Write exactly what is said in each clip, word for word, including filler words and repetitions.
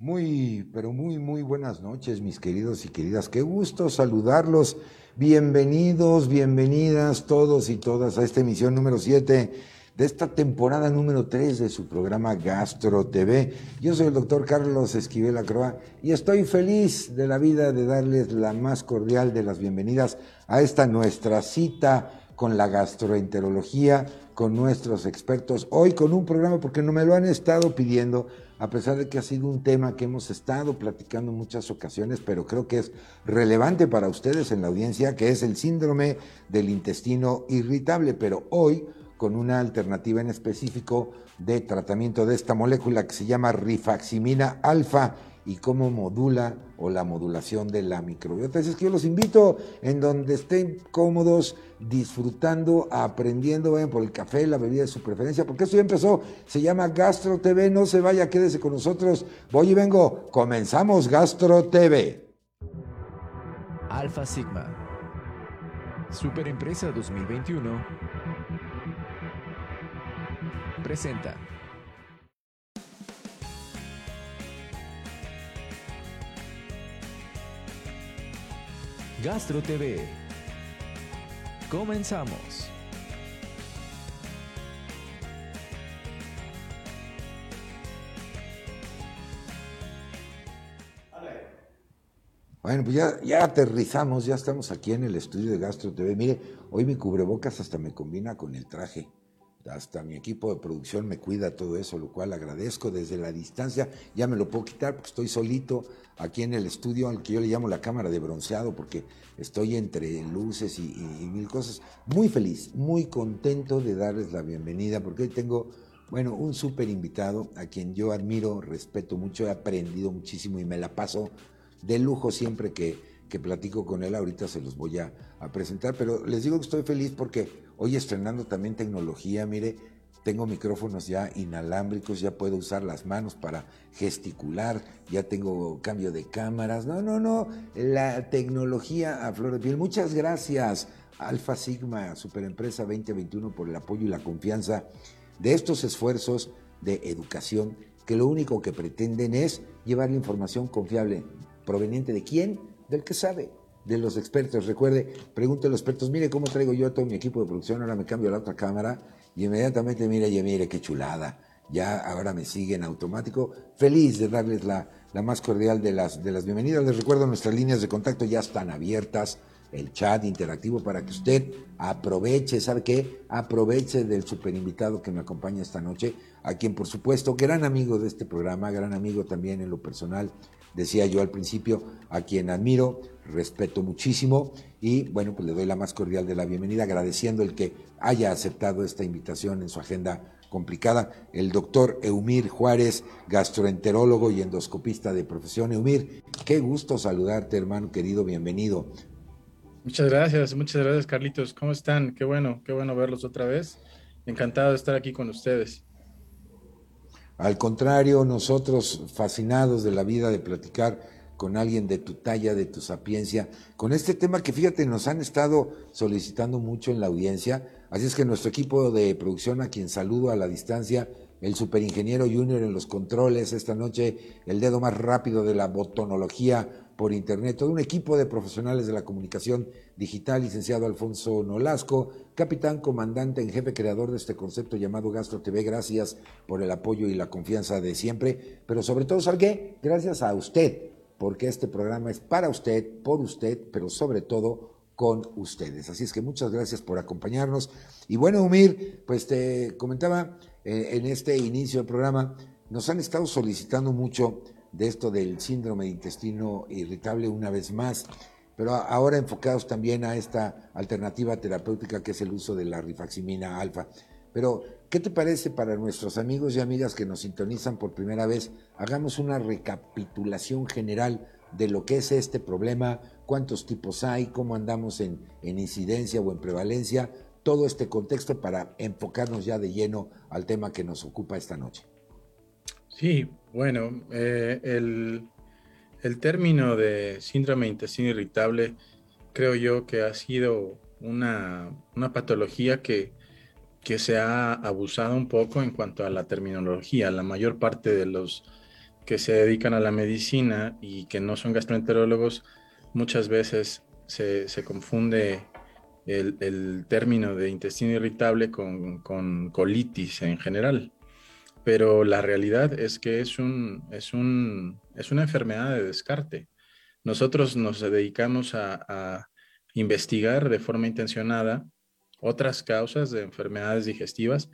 Muy, pero muy, muy buenas noches, mis queridos y queridas. Qué gusto saludarlos. Bienvenidos, bienvenidas todos y todas a esta emisión número siete de esta temporada número tres de su programa Gastro T V. Yo soy el doctor Carlos Esquivel Acroa y estoy feliz de la vida de darles la más cordial de las bienvenidas a esta nuestra cita con la gastroenterología, con nuestros expertos. Hoy con un programa, porque no me lo han estado pidiendo, a pesar de que ha sido un tema que hemos estado platicando en muchas ocasiones, pero creo que es relevante para ustedes en la audiencia, que es el síndrome del intestino irritable, pero hoy con una alternativa en específico de tratamiento de esta molécula que se llama rifaximina alfa y cómo modula o la modulación de la microbiota. Así es que yo los invito en donde estén cómodos, disfrutando, aprendiendo, vayan por el café, la bebida de su preferencia, porque esto ya empezó, se llama Gastro T V, no se vaya, quédese con nosotros, voy y vengo, comenzamos Gastro T V. Alfa Sigma, Superempresa dos mil veintiuno, presenta Gastro T V. Comenzamos. Bueno, pues ya, ya aterrizamos, ya estamos aquí en el estudio de Gastro T V. Mire, hoy mi cubrebocas hasta me combina con el traje. Hasta mi equipo de producción me cuida todo eso, lo cual agradezco desde la distancia. Ya me lo puedo quitar porque estoy solito aquí en el estudio, al que yo le llamo la cámara de bronceado, porque estoy entre luces y, y, y mil cosas. Muy feliz, muy contento de darles la bienvenida, porque hoy tengo, bueno, un súper invitado a quien yo admiro, respeto mucho, he aprendido muchísimo y me la paso de lujo siempre que, que platico con él. Ahorita se los voy a, a presentar, pero les digo que estoy feliz porque hoy estrenando también tecnología, mire, tengo micrófonos ya inalámbricos, ya puedo usar las manos para gesticular, ya tengo cambio de cámaras, no, no, no, la tecnología a flor de piel. Muchas gracias, Alfa Sigma, Superempresa veinte veintiuno, por el apoyo y la confianza de estos esfuerzos de educación que lo único que pretenden es llevar la información confiable. ¿Proveniente de quién? Del que sabe, de los expertos. Recuerde, pregunte a los expertos, mire cómo traigo yo a todo mi equipo de producción, ahora me cambio a la otra cámara y inmediatamente mire, ya mire qué chulada, ya ahora me sigue en automático. Feliz de darles la, la más cordial de las, de las bienvenidas. Les recuerdo, nuestras líneas de contacto ya están abiertas, el chat interactivo para que usted aproveche, ¿sabe qué? Aproveche del super invitado que me acompaña esta noche, a quien por supuesto, gran amigo de este programa, gran amigo también en lo personal, decía yo al principio, a quien admiro, respeto muchísimo y bueno, pues le doy la más cordial de la bienvenida, agradeciendo el que haya aceptado esta invitación en su agenda complicada, el doctor Eumir Juárez, gastroenterólogo y endoscopista de profesión. Eumir, qué gusto saludarte, hermano querido, bienvenido. Muchas gracias, muchas gracias, Carlitos. ¿Cómo están? Qué bueno, qué bueno verlos otra vez. Encantado de estar aquí con ustedes. Al contrario, nosotros fascinados de la vida, de platicar con alguien de tu talla, de tu sapiencia, con este tema que fíjate nos han estado solicitando mucho en la audiencia, así es que nuestro equipo de producción, a quien saludo a la distancia, el superingeniero Junior en los controles esta noche, el dedo más rápido de la botonología por internet, todo un equipo de profesionales de la comunicación digital, licenciado Alfonso Nolasco, capitán, comandante en jefe, creador de este concepto llamado Gastro T V. Gracias por el apoyo y la confianza de siempre, pero sobre todo, ¿sabe qué? Gracias a usted, porque este programa es para usted, por usted, pero sobre todo con ustedes. Así es que muchas gracias por acompañarnos. Y bueno, Umir, pues te comentaba eh, en este inicio del programa, nos han estado solicitando mucho de esto del síndrome de intestino irritable una vez más, pero ahora enfocados también a esta alternativa terapéutica que es el uso de la rifaximina alfa. Pero, ¿qué te parece para nuestros amigos y amigas que nos sintonizan por primera vez? Hagamos una recapitulación general de lo que es este problema, cuántos tipos hay, cómo andamos en, en incidencia o en prevalencia, todo este contexto para enfocarnos ya de lleno al tema que nos ocupa esta noche. Sí, bueno, eh, el, el término de síndrome de intestino irritable creo yo que ha sido una, una patología que, que se ha abusado un poco en cuanto a la terminología. La mayor parte de los que se dedican a la medicina y que no son gastroenterólogos, muchas veces se, se confunde el, el término de intestino irritable con, con colitis en general. Pero la realidad es que es, un, es, un, es una enfermedad de descarte. Nosotros nos dedicamos a, a investigar de forma intencionada otras causas de enfermedades digestivas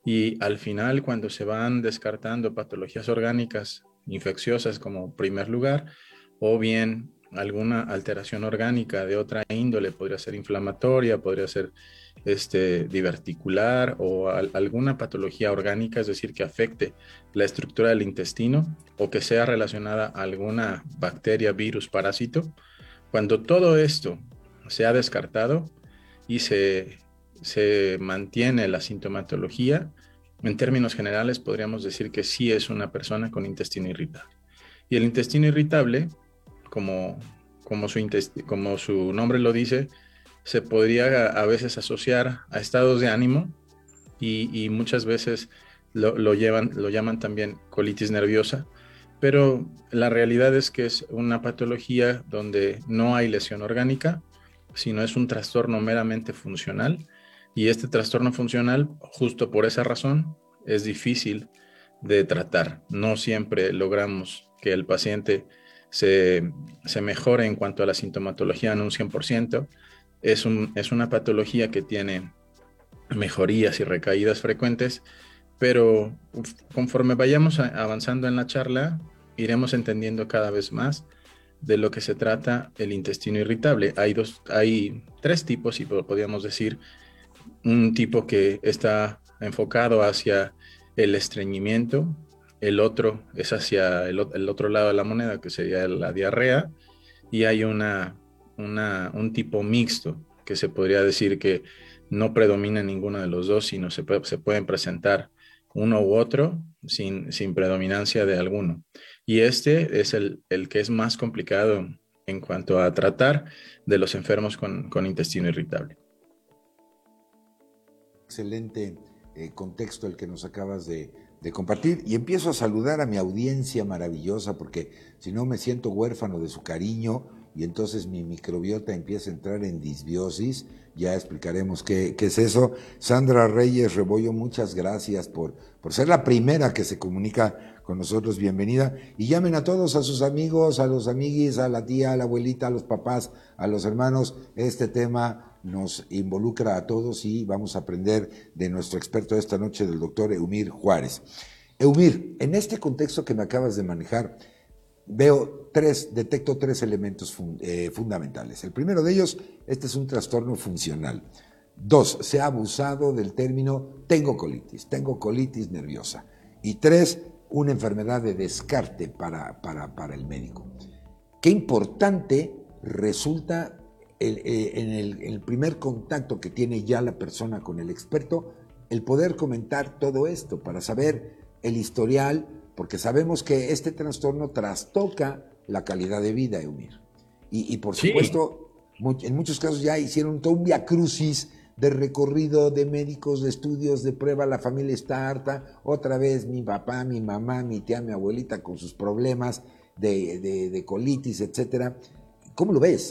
y al final, cuando se van descartando patologías orgánicas infecciosas como primer lugar, o bien alguna alteración orgánica de otra índole, podría ser inflamatoria, podría ser este, diverticular o al, alguna patología orgánica, es decir, que afecte la estructura del intestino o que sea relacionada a alguna bacteria, virus, parásito. Cuando todo esto se ha descartado y se, se mantiene la sintomatología, en términos generales podríamos decir que sí es una persona con intestino irritable. Y el intestino irritable, como, como, su, como su nombre lo dice, se podría a veces asociar a estados de ánimo y, y muchas veces lo, lo, llevan, lo llaman también colitis nerviosa, pero la realidad es que es una patología donde no hay lesión orgánica, sino es un trastorno meramente funcional, y este trastorno funcional, justo por esa razón, es difícil de tratar. No siempre logramos que el paciente se, se mejore en cuanto a la sintomatología en un cien por ciento. Es, un, es una patología que tiene mejorías y recaídas frecuentes, pero conforme vayamos avanzando en la charla, iremos entendiendo cada vez más de lo que se trata el intestino irritable. Hay, dos, hay tres tipos, y podríamos decir, un tipo que está enfocado hacia el estreñimiento, el otro es hacia el, el otro lado de la moneda, que sería la diarrea, y hay una, una, un tipo mixto, que se podría decir que no predomina ninguno de los dos, sino se, puede, se pueden presentar uno u otro sin, sin predominancia de alguno. Y este es el, el que es más complicado en cuanto a tratar de los enfermos con, con intestino irritable. Excelente eh, contexto el que nos acabas de, de compartir, y empiezo a saludar a mi audiencia maravillosa, porque si no me siento huérfano de su cariño y entonces mi microbiota empieza a entrar en disbiosis. Ya explicaremos qué, qué es eso. Sandra Reyes Rebollo, muchas gracias por, por ser la primera que se comunica con nosotros. Bienvenida. Y llamen a todos, a sus amigos, a los amiguis, a la tía, a la abuelita, a los papás, a los hermanos. Este tema nos involucra a todos y vamos a aprender de nuestro experto de esta noche, del doctor Eumir Juárez. Eumir, en este contexto que me acabas de manejar, veo tres, detecto tres elementos fun, eh, fundamentales. El primero de ellos, este es un trastorno funcional. Dos, se ha abusado del término tengo colitis, tengo colitis nerviosa. Y tres, una enfermedad de descarte para, para, para el médico. Qué importante resulta el, eh, en, el, en el primer contacto que tiene ya la persona con el experto, el poder comentar todo esto para saber el historial, porque sabemos que este trastorno trastoca la calidad de vida, Eumir. Y, y por supuesto, sí. En muchos casos ya hicieron todo un viacrucis de recorrido, de médicos, de estudios, de prueba, la familia está harta, otra vez mi papá, mi mamá, mi tía, mi abuelita con sus problemas de, de, de colitis, etcétera. ¿Cómo lo ves?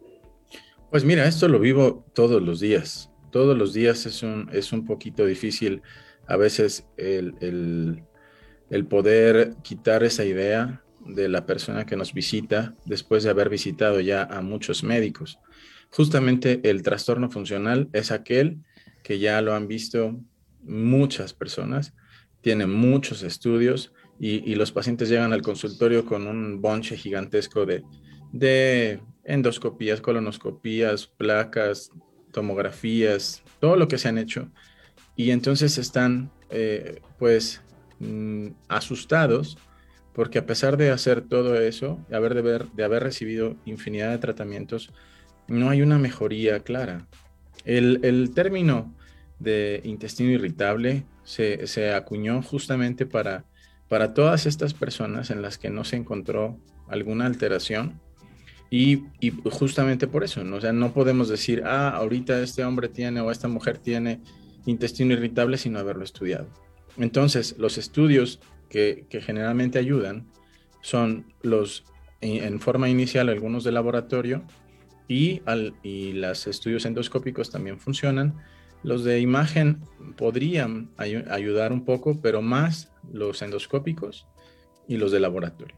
Pues mira, esto lo vivo todos los días. Todos los días es un, es un poquito difícil a veces el... el el poder quitar esa idea de la persona que nos visita después de haber visitado ya a muchos médicos. Justamente el trastorno funcional es aquel que ya lo han visto muchas personas, tiene muchos estudios y, y los pacientes llegan al consultorio con un bonche gigantesco de, de endoscopías, colonoscopías, placas, tomografías, todo lo que se han hecho, y entonces están eh, pues asustados porque a pesar de hacer todo eso, de haber, de, ver, de haber recibido infinidad de tratamientos, no hay una mejoría clara. El, el término de intestino irritable se, se acuñó justamente para, para todas estas personas en las que no se encontró alguna alteración, y, y justamente por eso, ¿no? O sea, no podemos decir, ah, ahorita este hombre tiene o esta mujer tiene intestino irritable sin haberlo estudiado. Entonces, los estudios que, que generalmente ayudan son los, en forma inicial, algunos de laboratorio, y, al, y los estudios endoscópicos también funcionan. Los de imagen podrían ay- ayudar un poco, pero más los endoscópicos y los de laboratorio.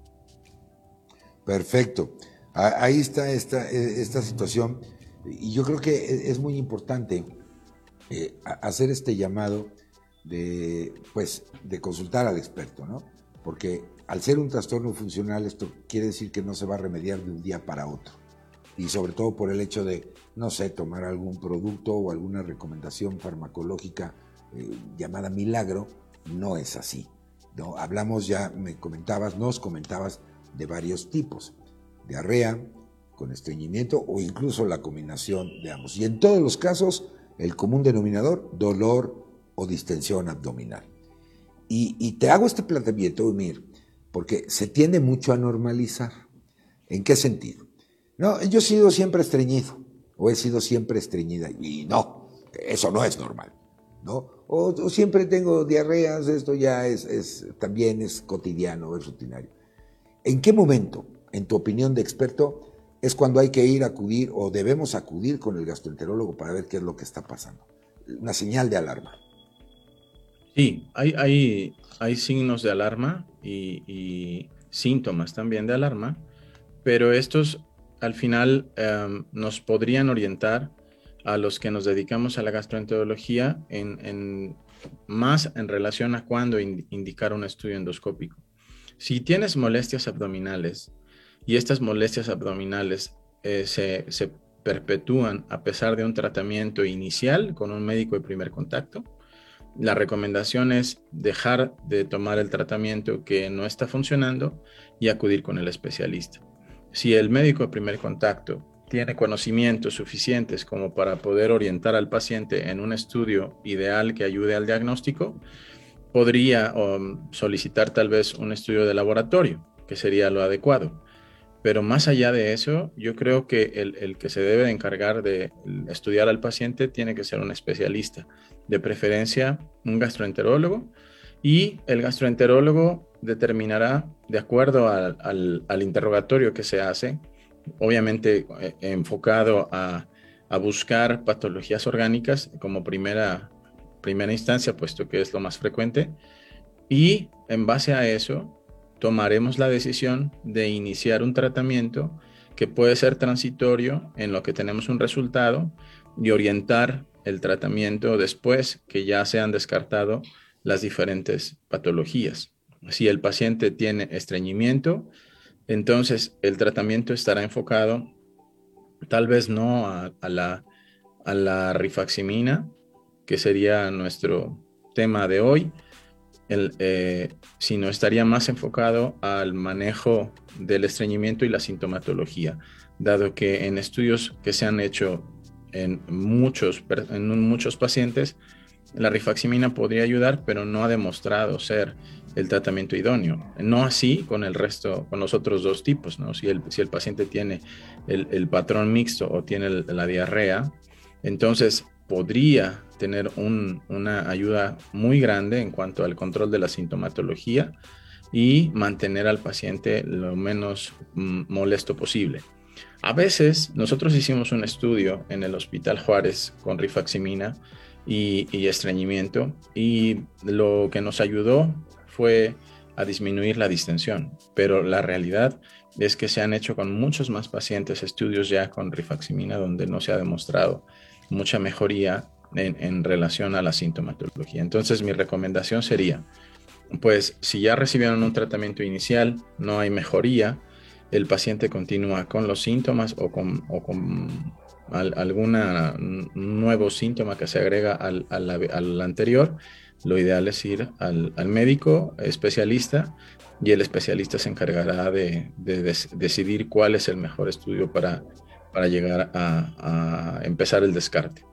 Perfecto. A- Ahí está esta, eh, esta situación. Y yo creo que e- es muy importante eh, a- hacer este llamado de, pues, de consultar al experto, ¿no? Porque al ser un trastorno funcional, esto quiere decir que no se va a remediar de un día para otro. Y sobre todo por el hecho de, no sé, tomar algún producto o alguna recomendación farmacológica eh, llamada milagro, no es así, ¿no? Hablamos ya, me comentabas, nos comentabas de varios tipos: diarrea, con estreñimiento o incluso la combinación de ambos. Y en todos los casos, el común denominador, dolor o distensión abdominal. Y, y te hago este planteamiento, Umir, porque se tiende mucho a normalizar. ¿En qué sentido? No, yo he sido siempre estreñido, o he sido siempre estreñida, y no, eso no es normal, ¿no? O, o siempre tengo diarreas, esto ya es, es, también es cotidiano, es rutinario. ¿En qué momento, en tu opinión de experto, es cuando hay que ir a acudir o debemos acudir con el gastroenterólogo para ver qué es lo que está pasando? Una señal de alarma. Sí, hay, hay, hay signos de alarma y, y síntomas también de alarma, pero estos al final um, nos podrían orientar a los que nos dedicamos a la gastroenterología en, en más en relación a cuándo in, indicar un estudio endoscópico. Si tienes molestias abdominales y estas molestias abdominales eh, se, se perpetúan a pesar de un tratamiento inicial con un médico de primer contacto, la recomendación es dejar de tomar el tratamiento que no está funcionando y acudir con el especialista. Si el médico de primer contacto tiene conocimientos suficientes como para poder orientar al paciente en un estudio ideal que ayude al diagnóstico, podría um, solicitar tal vez un estudio de laboratorio, que sería lo adecuado. Pero más allá de eso, yo creo que el, el que se debe de encargar de estudiar al paciente tiene que ser un especialista, de preferencia un gastroenterólogo, y el gastroenterólogo determinará, de acuerdo al, al, al interrogatorio que se hace, obviamente eh, enfocado a, a buscar patologías orgánicas como primera, primera instancia, puesto que es lo más frecuente, y en base a eso tomaremos la decisión de iniciar un tratamiento que puede ser transitorio en lo que tenemos un resultado y orientar el tratamiento después que ya se han descartado las diferentes patologías. Si el paciente tiene estreñimiento, entonces el tratamiento estará enfocado tal vez no a, a la, a la rifaximina, que sería nuestro tema de hoy, el, eh, sino estaría más enfocado al manejo del estreñimiento y la sintomatología, dado que en estudios que se han hecho en muchos, en muchos pacientes, la rifaximina podría ayudar, pero no ha demostrado ser el tratamiento idóneo. No así con el resto, con los otros dos tipos, ¿no? Si el, si el paciente tiene el, el patrón mixto o tiene el, la diarrea, entonces podría tener un, una ayuda muy grande en cuanto al control de la sintomatología y mantener al paciente lo menos mm, molesto posible. A veces nosotros hicimos un estudio en el Hospital Juárez con rifaximina y, y estreñimiento, y lo que nos ayudó fue a disminuir la distensión, pero la realidad es que se han hecho con muchos más pacientes estudios ya con rifaximina donde no se ha demostrado mucha mejoría en, en relación a la sintomatología. Entonces mi recomendación sería, pues si ya recibieron un tratamiento inicial, no hay mejoría, el paciente continúa con los síntomas o con, o con al, alguna nuevo síntoma que se agrega al, al, al anterior, lo ideal es ir al, al, médico especialista, y el especialista se encargará de, de, de decidir cuál es el mejor estudio para, para llegar a, a empezar el descarte.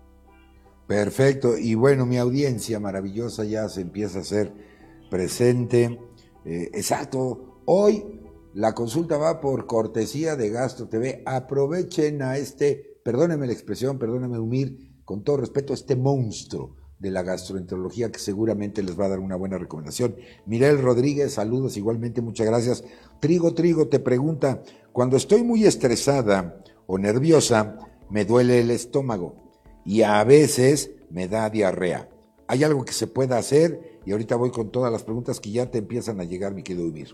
Perfecto. Y bueno, mi audiencia maravillosa ya se empieza a hacer presente. Eh, exacto. Hoy la consulta va por cortesía de Gastro T V. Aprovechen a este, perdónenme la expresión, perdónenme Umir, con todo respeto, este monstruo, de la gastroenterología, que seguramente les va a dar una buena recomendación. Mirel Rodríguez, saludos igualmente, muchas gracias. Trigo, Trigo te pregunta, cuando estoy muy estresada o nerviosa, me duele el estómago y a veces me da diarrea. ¿Hay algo que se pueda hacer? Y ahorita voy con todas las preguntas que ya te empiezan a llegar, mi querido Umir.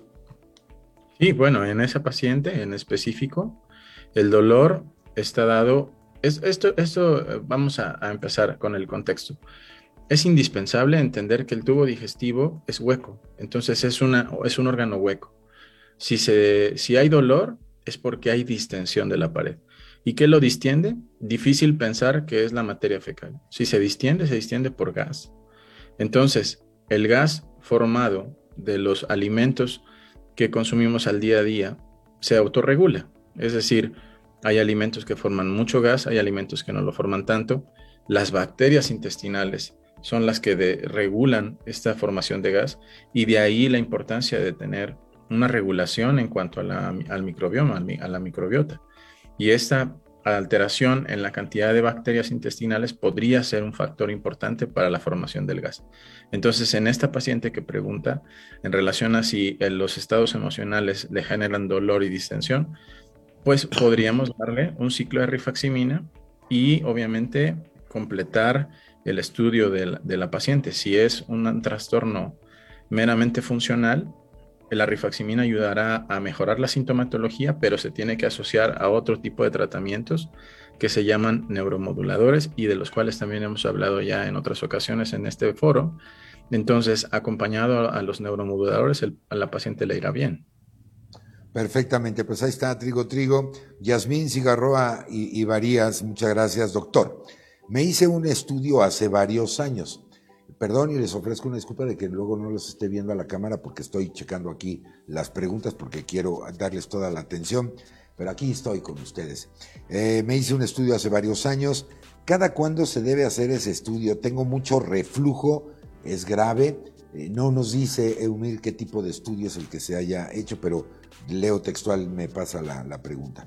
Sí, bueno, en esa paciente en específico, el dolor está dado. Es, esto, esto, vamos a, a empezar con el contexto. Es indispensable entender que el tubo digestivo es hueco, entonces es, una, es un órgano hueco. Si, se, si hay dolor, es porque hay distensión de la pared. ¿Y qué lo distiende? Difícil pensar que es la materia fecal. Si se distiende, se distiende por gas. Entonces, el gas formado de los alimentos que consumimos al día a día se autorregula. Es decir, hay alimentos que forman mucho gas, hay alimentos que no lo forman tanto. Las bacterias intestinales son las que de, regulan esta formación de gas y de ahí la importancia de tener una regulación en cuanto a la, al microbioma, a la microbiota. Y esta alteración en la cantidad de bacterias intestinales podría ser un factor importante para la formación del gas. Entonces, en esta paciente que pregunta en relación a si los estados emocionales le generan dolor y distensión, pues podríamos darle un ciclo de rifaximina y obviamente completar el estudio de la, de la paciente. Si es un trastorno meramente funcional, la rifaximina ayudará a mejorar la sintomatología, pero se tiene que asociar a otro tipo de tratamientos que se llaman neuromoduladores y de los cuales también hemos hablado ya en otras ocasiones en este foro. Entonces, acompañado a los neuromoduladores, el, a la paciente le irá bien. Perfectamente, pues ahí está, Trigo, Trigo. Yasmín Cigarroa y, y Varías, muchas gracias, doctor. Me hice un estudio hace varios años. Perdón y les ofrezco una disculpa de que luego no los esté viendo a la cámara porque estoy checando aquí las preguntas porque quiero darles toda la atención, pero aquí estoy con ustedes. Eh, me hice un estudio hace varios años. ¿Cada cuándo se debe hacer ese estudio? Tengo mucho reflujo, es grave. Eh, no nos dice Eumir qué tipo de estudio es el que se haya hecho, pero leo textual, me pasa la, la pregunta.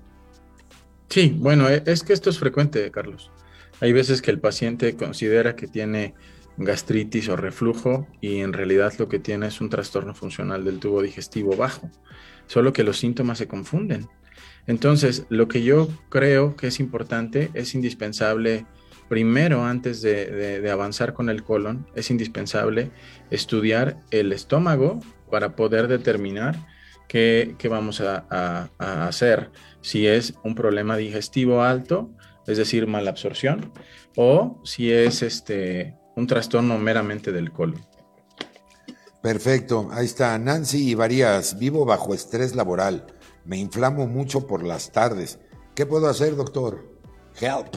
Sí, bueno, es que esto es frecuente, Carlos. Hay veces que el paciente considera que tiene gastritis o reflujo y en realidad lo que tiene es un trastorno funcional del tubo digestivo bajo, solo que los síntomas se confunden. Entonces, lo que yo creo que es importante, es indispensable, primero antes de, de, de avanzar con el colon, es indispensable estudiar el estómago para poder determinar qué, qué vamos a, a, a hacer, si es un problema digestivo alto, es decir, malabsorción, o si es este un trastorno meramente del colon. Perfecto, ahí está. Nancy Varías, vivo bajo estrés laboral, me inflamo mucho por las tardes. ¿Qué puedo hacer, doctor? Help.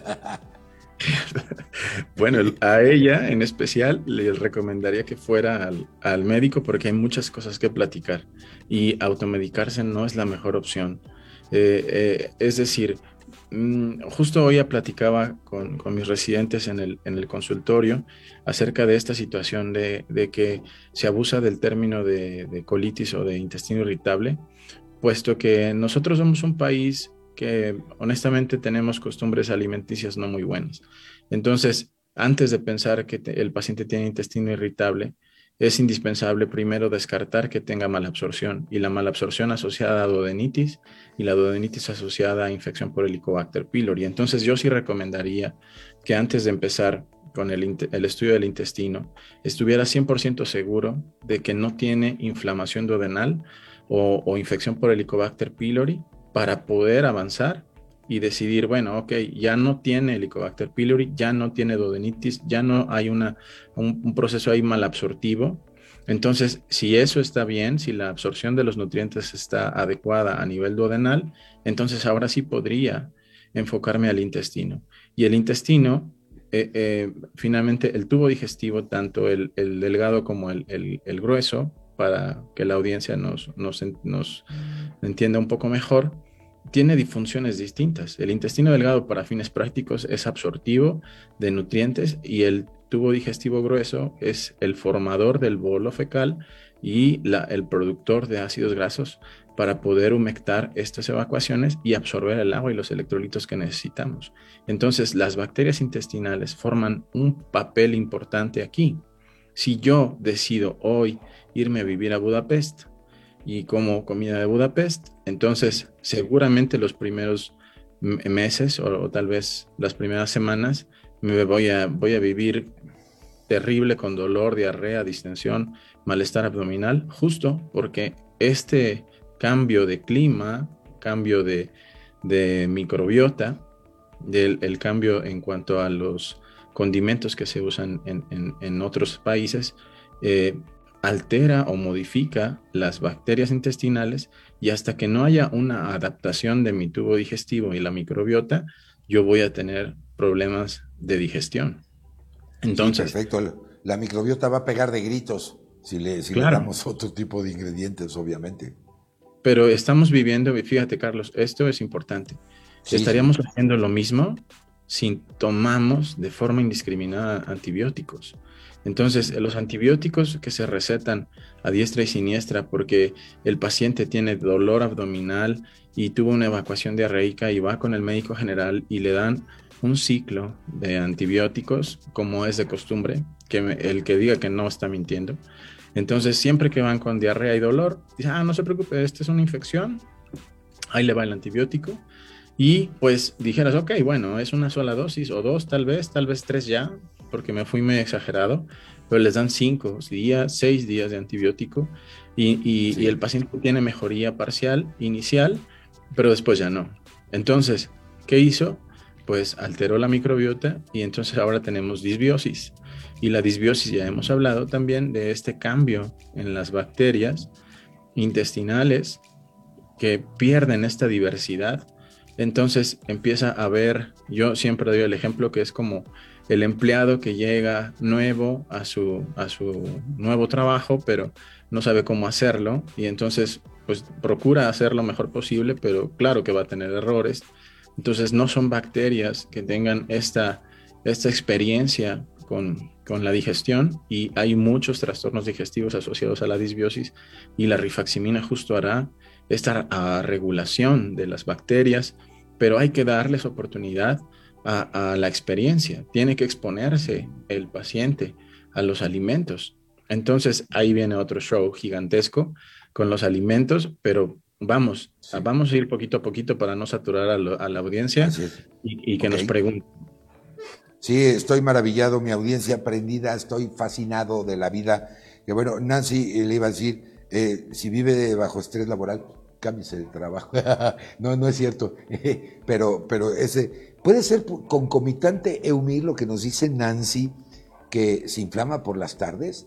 Bueno, a ella en especial le recomendaría que fuera al, al médico porque hay muchas cosas que platicar y automedicarse no es la mejor opción. Eh, eh, es decir, justo hoy platicaba con, con mis residentes en el, en el consultorio acerca de esta situación de, de que se abusa del término de, de colitis o de intestino irritable, puesto que nosotros somos un país que honestamente tenemos costumbres alimenticias no muy buenas. Entonces, antes de pensar que te, el paciente tiene intestino irritable, es indispensable primero descartar que tenga malabsorción y la malabsorción asociada a duodenitis y la duodenitis asociada a infección por Helicobacter pylori. Entonces yo sí recomendaría que antes de empezar con el, el estudio del intestino estuviera cien por ciento seguro de que no tiene inflamación duodenal o, o infección por Helicobacter pylori para poder avanzar y decidir, bueno, ok, ya no tiene Helicobacter pylori, ya no tiene duodenitis, ya no hay una, un, un proceso ahí malabsortivo. Entonces, si eso está bien, si la absorción de los nutrientes está adecuada a nivel duodenal, entonces ahora sí podría enfocarme al intestino. Y el intestino, eh, eh, finalmente, el tubo digestivo, tanto el, el delgado como el, el, el grueso, para que la audiencia nos, nos, nos entienda un poco mejor, tiene disfunciones distintas. El intestino delgado para fines prácticos es absortivo de nutrientes y el tubo digestivo grueso es el formador del bolo fecal y la, el productor de ácidos grasos para poder humectar estas evacuaciones y absorber el agua y los electrolitos que necesitamos. Entonces, las bacterias intestinales forman un papel importante aquí. Si yo decido hoy irme a vivir a Budapest y como comida de Budapest, entonces seguramente los primeros meses o, o tal vez las primeras semanas me voy a, voy a vivir terrible con dolor, diarrea, distensión, malestar abdominal, justo porque este cambio de clima, cambio de, de microbiota, del el cambio en cuanto a los condimentos que se usan en, en, en otros países, eh, altera o modifica las bacterias intestinales y hasta que no haya una adaptación de mi tubo digestivo y la microbiota, yo voy a tener problemas de digestión. Entonces, sí, perfecto. La microbiota va a pegar de gritos si le, si claro, le damos otro tipo de ingredientes, obviamente. pero estamos viviendo, fíjate Carlos, esto es importante. Sí, Estaríamos sí. haciendo lo mismo si tomamos de forma indiscriminada antibióticos. Entonces, los antibióticos que se recetan a diestra y siniestra porque el paciente tiene dolor abdominal y tuvo una evacuación diarreica y va con el médico general y le dan un ciclo de antibióticos como es de costumbre, que me, el que diga que no está mintiendo. Entonces, siempre que van con diarrea y dolor, dicen, ah, no se preocupe, esta es una infección, ahí le va el antibiótico. Y pues dijeras, ok, bueno, es una sola dosis o dos tal vez, tal vez tres ya, porque me fui muy exagerado, pero les dan cinco días, seis días de antibiótico y, y, Sí. y el paciente tiene mejoría parcial, inicial, pero después ya no. Entonces, ¿qué hizo? Pues alteró la microbiota y entonces ahora tenemos disbiosis. Y la disbiosis, ya hemos hablado también de este cambio en las bacterias intestinales que pierden esta diversidad. Entonces empieza a haber, yo siempre doy el ejemplo que es como el empleado que llega nuevo a su, a su nuevo trabajo, pero no sabe cómo hacerlo y entonces pues procura hacer lo mejor posible, pero claro que va a tener errores. Entonces no son bacterias que tengan esta, esta experiencia con, con la digestión y hay muchos trastornos digestivos asociados a la disbiosis y la rifaximina justo hará esta uh, regulación de las bacterias, pero hay que darles oportunidad a, a la experiencia. Tiene que exponerse el paciente a los alimentos. Entonces ahí viene otro show gigantesco con los alimentos, pero vamos, Sí. vamos a ir poquito a poquito para no saturar a, lo, a la audiencia Así es. y, y que Ok. nos pregunten. Sí, estoy maravillado, mi audiencia prendida, estoy fascinado de la vida. Que bueno, Nancy le iba a decir, eh, si vive bajo estrés laboral, cámbiese de trabajo. No, no es cierto. Pero, pero ese puede ser concomitante, Eumir, lo que nos dice Nancy, que se inflama por las tardes.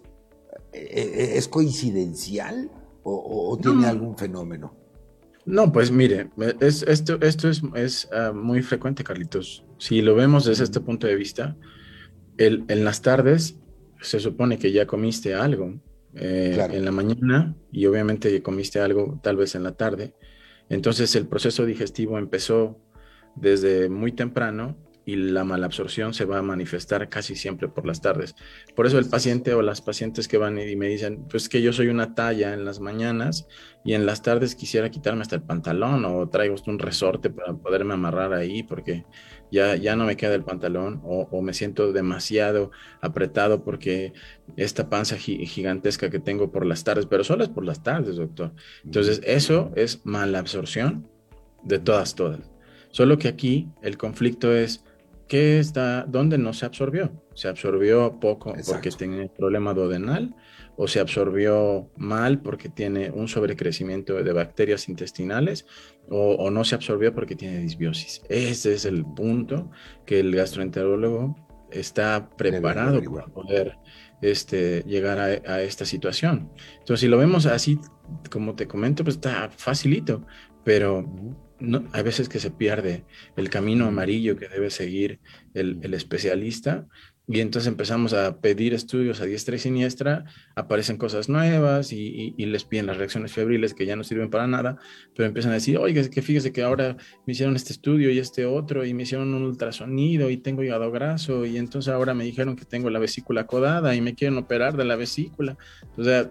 ¿Es coincidencial o, o tiene No, algún fenómeno? no, pues mire, es, esto, esto es, es uh, muy frecuente, Carlitos. Si lo vemos desde este punto de vista, el, en las tardes se supone que ya comiste algo eh, Claro. en la mañana y obviamente comiste algo tal vez en la tarde. Entonces el proceso digestivo empezó desde muy temprano y la malabsorción se va a manifestar casi siempre por las tardes. Por eso el paciente o las pacientes que van y me dicen, pues que yo soy una talla en las mañanas y en las tardes quisiera quitarme hasta el pantalón o traigo un resorte para poderme amarrar ahí porque ya, ya no me queda el pantalón o, o me siento demasiado apretado porque esta panza gigantesca que tengo por las tardes, pero solo es por las tardes, doctor. Entonces eso es malabsorción de todas, todas. Solo que aquí el conflicto es ¿qué está, dónde no se absorbió? ¿Se absorbió poco Exacto. porque tiene problema duodenal? ¿O se absorbió mal porque tiene un sobrecrecimiento de bacterias intestinales? ¿O, o no se absorbió porque tiene disbiosis? Ese es el punto que el gastroenterólogo está preparado para poder este, llegar a, a esta situación. Entonces, si lo vemos así, como te comento, pues está facilito, pero no, hay veces que se pierde el camino amarillo que debe seguir el, el especialista y entonces empezamos a pedir estudios a diestra y siniestra, aparecen cosas nuevas y, y, y les piden las reacciones febriles que ya no sirven para nada, pero empiezan a decir, oiga, que fíjese que ahora me hicieron este estudio y este otro y me hicieron un ultrasonido y tengo hígado graso y entonces ahora me dijeron que tengo la vesícula codada y me quieren operar de la vesícula. O sea,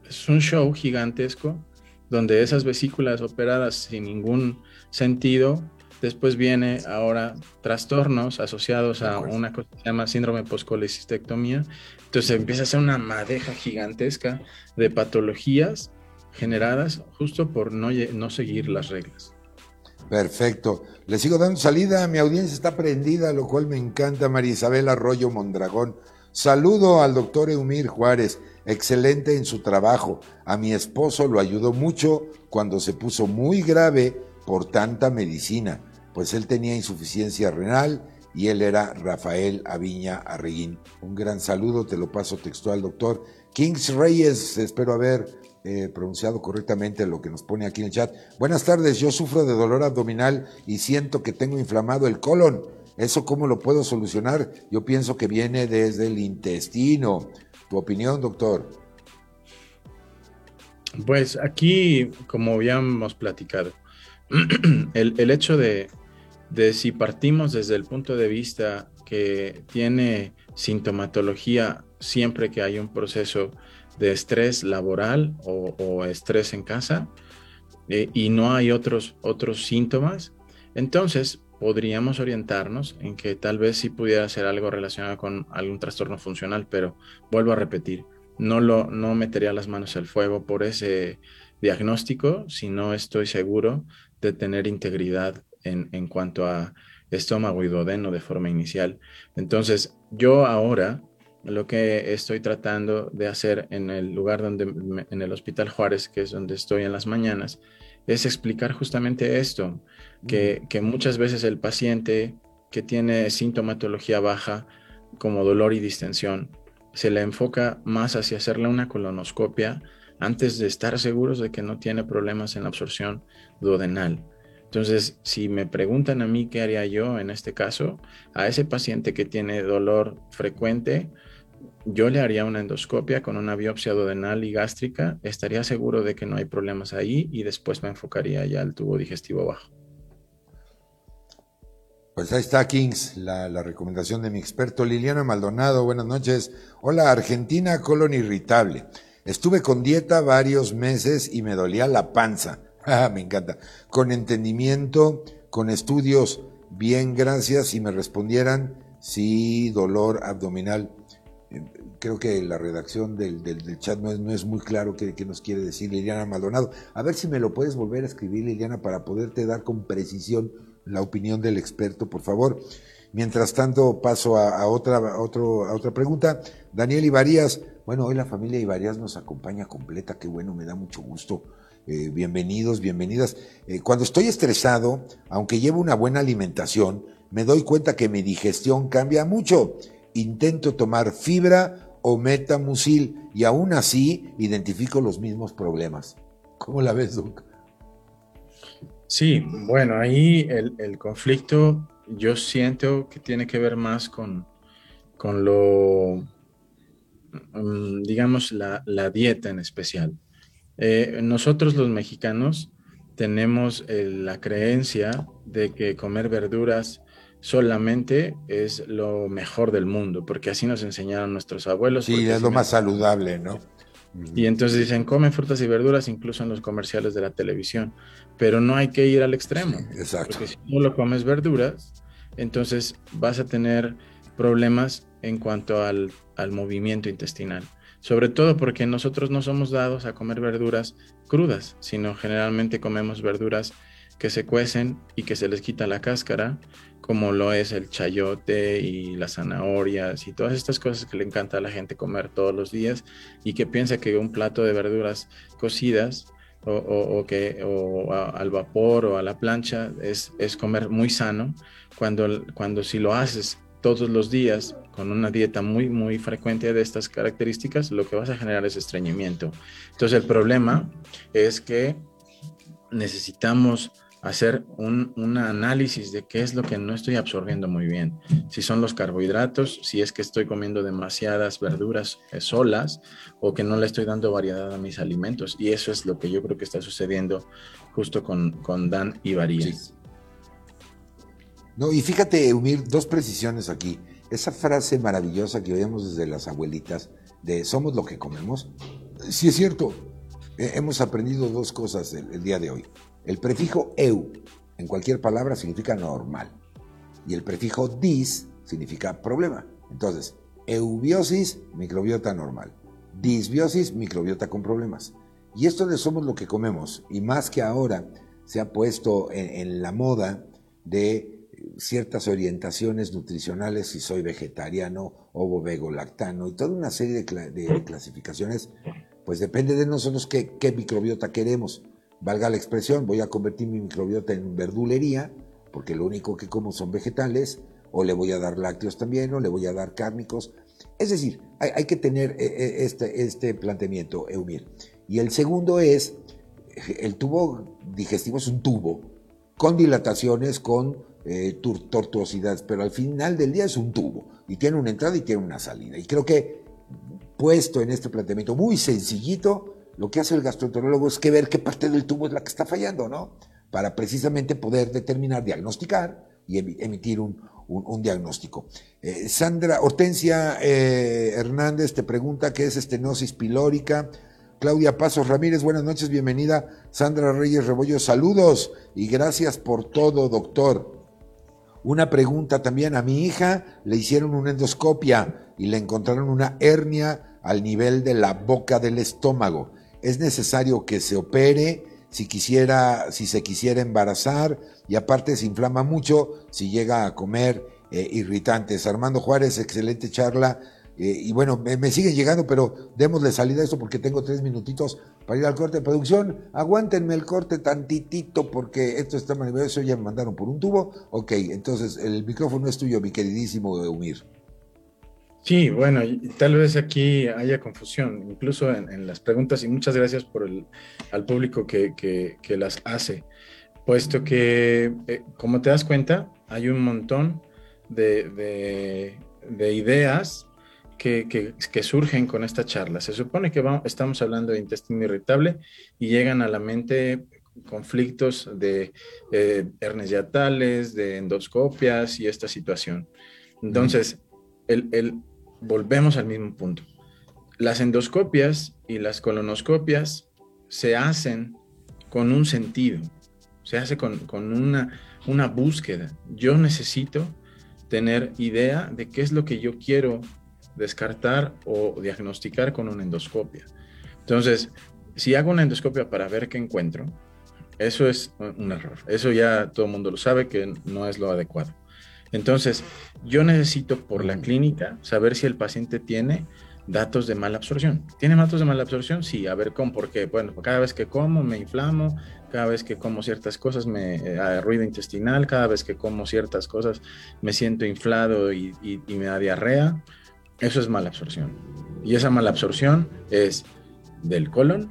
es un show gigantesco donde esas vesículas operadas sin ningún sentido, después viene ahora trastornos asociados a una cosa que se llama síndrome postcolecistectomía. Entonces empieza a ser una madeja gigantesca de patologías generadas justo por no, no seguir las reglas. Perfecto. Le sigo dando salida, mi audiencia está prendida, lo cual me encanta. María Isabel Arroyo Mondragón. Saludo al doctor Eumir Juárez, excelente en su trabajo. A mi esposo lo ayudó mucho cuando se puso muy grave por tanta medicina, pues él tenía insuficiencia renal y él era Rafael Aviña Arreguín. Un gran saludo, te lo paso textual, doctor. Kings Reyes, espero haber eh, pronunciado correctamente lo que nos pone aquí en el chat. Buenas tardes, yo sufro de dolor abdominal y siento que tengo inflamado el colon. ¿Eso cómo lo puedo solucionar? Yo pienso que viene desde el intestino. ¿Tu opinión, doctor? Pues aquí, como habíamos platicado, el, el hecho de, de si partimos desde el punto de vista que tiene sintomatología siempre que hay un proceso de estrés laboral o, o estrés en casa eh, y no hay otros, otros síntomas, entonces podríamos orientarnos en que tal vez sí pudiera ser algo relacionado con algún trastorno funcional, pero vuelvo a repetir, no, lo, no metería las manos al fuego por ese diagnóstico si no estoy seguro de tener integridad en, en cuanto a estómago y duodeno de forma inicial. Entonces, yo ahora lo que estoy tratando de hacer en el lugar donde, en el Hospital Juárez, que es donde estoy en las mañanas, es explicar justamente esto, que, que muchas veces el paciente que tiene sintomatología baja, como dolor y distensión, se le enfoca más hacia hacerle una colonoscopia antes de estar seguros de que no tiene problemas en la absorción duodenal. Entonces, si me preguntan a mí qué haría yo en este caso, a ese paciente que tiene dolor frecuente, yo le haría una endoscopia con una biopsia duodenal y gástrica, estaría seguro de que no hay problemas ahí y después me enfocaría ya al tubo digestivo bajo. Pues ahí está, Kings, la, la recomendación de mi experto. Liliana Maldonado, buenas noches. Hola, Argentina, colon irritable. Estuve con dieta varios meses y me dolía la panza. Me encanta. Con entendimiento, con estudios, bien, gracias. Y me respondieran, sí, dolor abdominal. Creo que la redacción del, del, del chat no es, no es muy claro qué, qué nos quiere decir Liliana Maldonado. A ver si me lo puedes volver a escribir, Liliana, para poderte dar con precisión la opinión del experto, por favor. Mientras tanto, paso a, a, otra, a, otro, a otra pregunta. Daniel Ibarías, bueno, hoy la familia Ibarías nos acompaña completa, qué bueno, me da mucho gusto. Eh, bienvenidos, bienvenidas. Eh, cuando estoy estresado, aunque llevo una buena alimentación, me doy cuenta que mi digestión cambia mucho. Intento tomar fibra o metamucil y aún así identifico los mismos problemas. ¿Cómo la ves, Doc? Sí, bueno, ahí el, el conflicto yo siento que tiene que ver más con, con lo, um, digamos, la, la dieta en especial. Eh, nosotros los mexicanos tenemos eh, la creencia de que comer verduras solamente es lo mejor del mundo, porque así nos enseñaron nuestros abuelos. Sí, es lo más saludable, ¿no? Y entonces dicen, comen frutas y verduras incluso en los comerciales de la televisión, pero no hay que ir al extremo. Sí, exacto. Porque si solo comes verduras, entonces vas a tener problemas en cuanto al, al movimiento intestinal. Sobre todo porque nosotros no somos dados a comer verduras crudas, sino generalmente comemos verduras que se cuecen y que se les quita la cáscara, como lo es el chayote y las zanahorias y todas estas cosas que le encanta a la gente comer todos los días y que piensa que un plato de verduras cocidas o, o, o que, o a, al vapor o a la plancha es, es comer muy sano, cuando, cuando si lo haces todos los días con una dieta muy, muy frecuente de estas características, lo que vas a generar es estreñimiento. Entonces el problema es que necesitamos hacer un, un análisis de qué es lo que no estoy absorbiendo muy bien. Si son los carbohidratos, si es que estoy comiendo demasiadas verduras eh, solas o que no le estoy dando variedad a mis alimentos. Y eso es lo que yo creo que está sucediendo justo con, con Dan Ibarías. Sí. No, y fíjate, Eumir, dos precisiones aquí. Esa frase maravillosa que oíamos desde las abuelitas de somos lo que comemos, Sí es cierto, eh, hemos aprendido dos cosas el, el día de hoy. El prefijo eu en cualquier palabra significa normal y el prefijo dis significa problema. Entonces, eubiosis, microbiota normal. Disbiosis, microbiota con problemas. Y esto de somos lo que comemos, y más que ahora se ha puesto en, en la moda de ciertas orientaciones nutricionales, si soy vegetariano, ovo, vego, lactano, y toda una serie de, cla de, de clasificaciones, pues depende de nosotros qué, qué microbiota queremos. Valga la expresión, voy a convertir mi microbiota en verdulería, porque lo único que como son vegetales, o le voy a dar lácteos también, o le voy a dar cárnicos. Es decir, hay, hay que tener este, este planteamiento, Eumir. Y el segundo es, el tubo digestivo es un tubo, con dilataciones, con eh, tortuosidades, pero al final del día es un tubo, y tiene una entrada y tiene una salida. Y creo que, puesto en este planteamiento muy sencillito, lo que hace el gastroenterólogo es que ver qué parte del tubo es la que está fallando, ¿no? Para precisamente poder determinar, diagnosticar y emitir un, un, un diagnóstico. Eh, Sandra Hortensia eh, Hernández te pregunta qué es estenosis pilórica. Claudia Pasos Ramírez, buenas noches, bienvenida. Sandra Reyes Rebollo, saludos y gracias por todo, doctor. Una pregunta también, a mi hija le hicieron una endoscopia y le encontraron una hernia al nivel de la boca del estómago. ¿Es necesario que se opere si quisiera, si se quisiera embarazar? Y aparte se inflama mucho si llega a comer eh, irritantes. Armando Juárez, excelente charla. Eh, y bueno, me, me sigue llegando, pero démosle salida a esto porque tengo tres minutitos para ir al corte de producción. Aguántenme el corte tantitito porque esto está maravilloso. Ya me mandaron por un tubo. Ok, entonces el micrófono es tuyo, mi queridísimo Eumir. Sí, bueno, tal vez aquí haya confusión, incluso en, en las preguntas, y muchas gracias por el, al público que, que, que las hace, puesto que, eh, como te das cuenta, hay un montón de, de, de ideas que, que, que surgen con esta charla. Se supone que vamos, estamos hablando de intestino irritable y llegan a la mente conflictos de eh, hernias hiatales, de endoscopias y esta situación. Entonces, el, el volvemos al mismo punto. Las endoscopias y las colonoscopias se hacen con un sentido, se hace con, con una, una búsqueda. Yo necesito tener idea de qué es lo que yo quiero descartar o diagnosticar con una endoscopia. Entonces, si hago una endoscopia para ver qué encuentro, eso es un error. Eso ya todo el mundo lo sabe que no es lo adecuado. Entonces, yo necesito por la clínica saber si el paciente tiene datos de mala absorción. ¿Tiene datos de mala absorción? Sí, a ver cómo, por qué. Bueno, cada vez que como me inflamo, cada vez que como ciertas cosas me da eh, ruido intestinal, cada vez que como ciertas cosas me siento inflado y, y, y me da diarrea. Eso es mala absorción. Y esa mala absorción es del colon,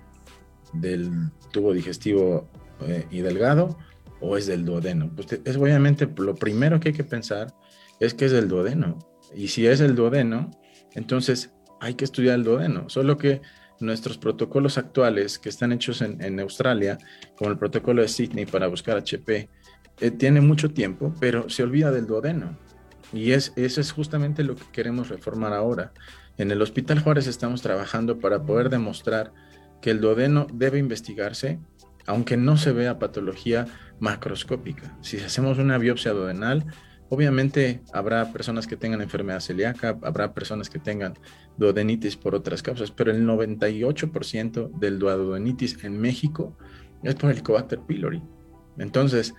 del tubo digestivo eh, y delgado, o es del duodeno. Pues es obviamente lo primero que hay que pensar es que es del duodeno. Y si es el duodeno, entonces hay que estudiar el duodeno. Solo que nuestros protocolos actuales que están hechos en, en Australia, como el protocolo de Sydney para buscar H P, eh, tiene mucho tiempo, pero se olvida del duodeno. Y es, eso es justamente lo que queremos reformar ahora. En el Hospital Juárez estamos trabajando para poder demostrar que el duodeno debe investigarse, aunque no se vea patología macroscópica. Si hacemos una biopsia duodenal, obviamente habrá personas que tengan enfermedad celíaca, habrá personas que tengan duodenitis por otras causas, pero el noventa y ocho por ciento del duodenitis en México es por el Helicobacter pylori. Entonces,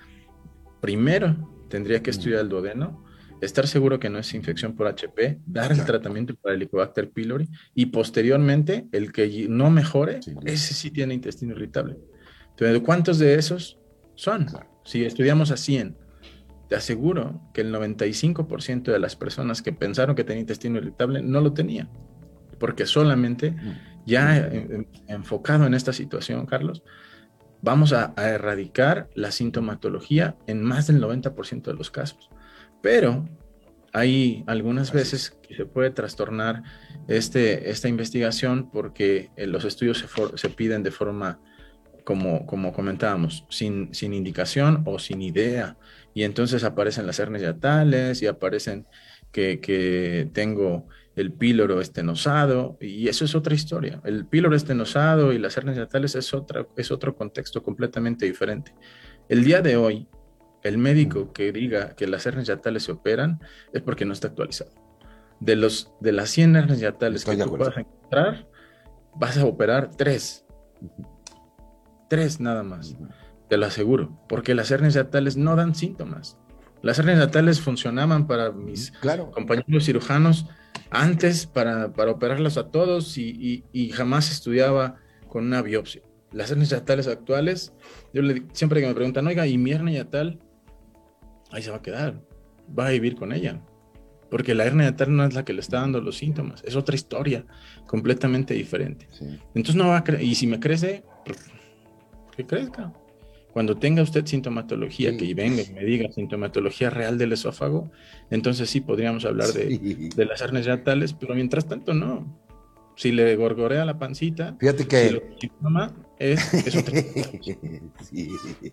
primero tendría que estudiar el duodeno, estar seguro que no es infección por H P, dar el tratamiento para el Helicobacter pylori y posteriormente el que no mejore, ese sí tiene intestino irritable. Entonces, ¿cuántos de esos son? Si estudiamos a cien, te aseguro que el noventa y cinco por ciento de las personas que pensaron que tenía intestino irritable no lo tenía, porque solamente ya en, enfocado en esta situación, Carlos, vamos a, a erradicar la sintomatología en más del noventa por ciento de los casos. Pero hay algunas veces que se puede trastornar este, esta investigación porque los estudios se, for, se piden de forma Como, como comentábamos, sin, sin indicación o sin idea. Y entonces aparecen las hernias hiatales y aparecen que, que tengo el píloro estenosado, y eso es otra historia. El píloro estenosado y las hernias hiatales es, otra, es otro contexto completamente diferente. El día de hoy, el médico que diga que las hernias hiatales se operan es porque no está actualizado. De, los, de las cien hernias hiatales Estoy que tú puedas encontrar, vas a operar tres. Tres nada más. Te lo aseguro. Porque las hernias hiatales no dan síntomas. Las hernias hiatales funcionaban para mis claro. compañeros cirujanos antes para, para operarlas a todos y, y, y jamás estudiaba con una biopsia. Las hernias hiatales actuales, yo le, siempre que me preguntan, oiga, ¿y mi hernia hiatal? Ahí se va a quedar. Va a vivir con ella. Porque la hernia hiatal no es la que le está dando los síntomas. Es otra historia completamente diferente. Sí. Entonces no va a crecer. Y si me crece, que crezca. Cuando tenga usted sintomatología, sí. que venga y me diga sintomatología real del esófago, entonces sí podríamos hablar de, sí. de las hernias hiatales, pero mientras tanto no. Si le gorgorea la pancita, fíjate que si lo que mamá es, es otra sí,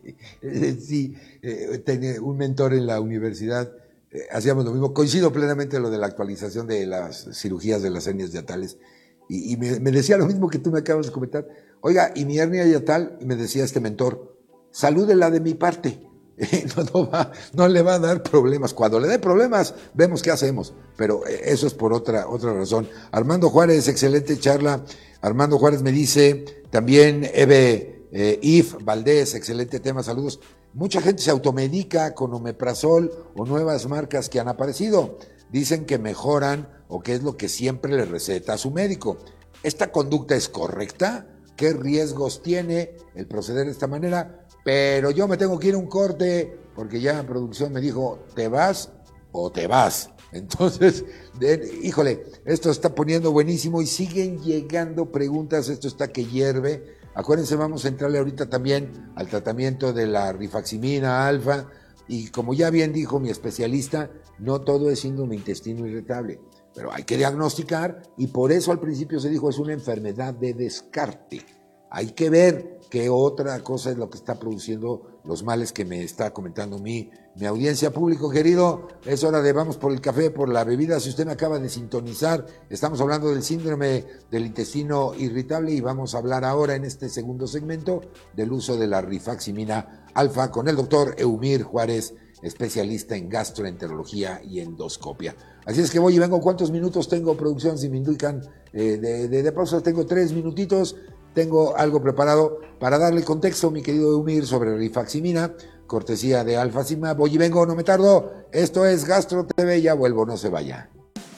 sí. Eh, tenía un mentor en la universidad, eh, hacíamos lo mismo, coincido plenamente en lo de la actualización de las cirugías de las hernias hiatales, y, y me, me decía lo mismo que tú me acabas de comentar. Oiga, y mi hernia hiatal, me decía este mentor, salúdela de mi parte, no, no, va, no le va a dar problemas. Cuando le dé problemas, vemos qué hacemos, pero eso es por otra, otra razón. Armando Juárez, excelente charla. Armando Juárez me dice, también Eve eh, If Valdés, excelente tema, saludos. Mucha gente se automedica con omeprazol o nuevas marcas que han aparecido. Dicen que mejoran o que es lo que siempre le receta a su médico. ¿Esta conducta es correcta? ¿Qué riesgos tiene el proceder de esta manera? Pero yo me tengo que ir a un corte porque ya en producción me dijo, ¿te vas o te vas? Entonces, de, híjole, esto está poniendo buenísimo y siguen llegando preguntas, esto está que hierve. Acuérdense, vamos a entrarle ahorita también al tratamiento de la rifaximina alfa y como ya bien dijo mi especialista, no todo es síndrome intestino irritable, pero hay que diagnosticar y por eso al principio se dijo es una enfermedad de descarte. Hay que ver qué otra cosa es lo que está produciendo los males que me está comentando mi, mi audiencia. Público querido, es hora de vamos por el café, por la bebida. Si usted me acaba de sintonizar, estamos hablando del síndrome del intestino irritable y vamos a hablar ahora en este segundo segmento del uso de la rifaximina alfa con el doctor Eumir Juárez, especialista en gastroenterología y endoscopia. Así es que voy y vengo. ¿Cuántos minutos tengo, producción? Si me indican eh, de, de, de pausa, tengo tres minutitos. Tengo algo preparado para darle contexto, mi querido Eumir, sobre rifaximina, cortesía de Alfa Sigma. Voy y vengo, no me tardo. Esto es Gastro T V, ya vuelvo, no se vaya.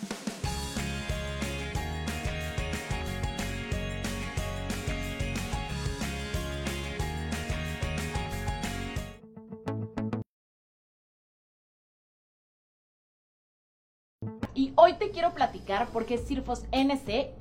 Y hoy te quiero platicar por qué Sirfos N C.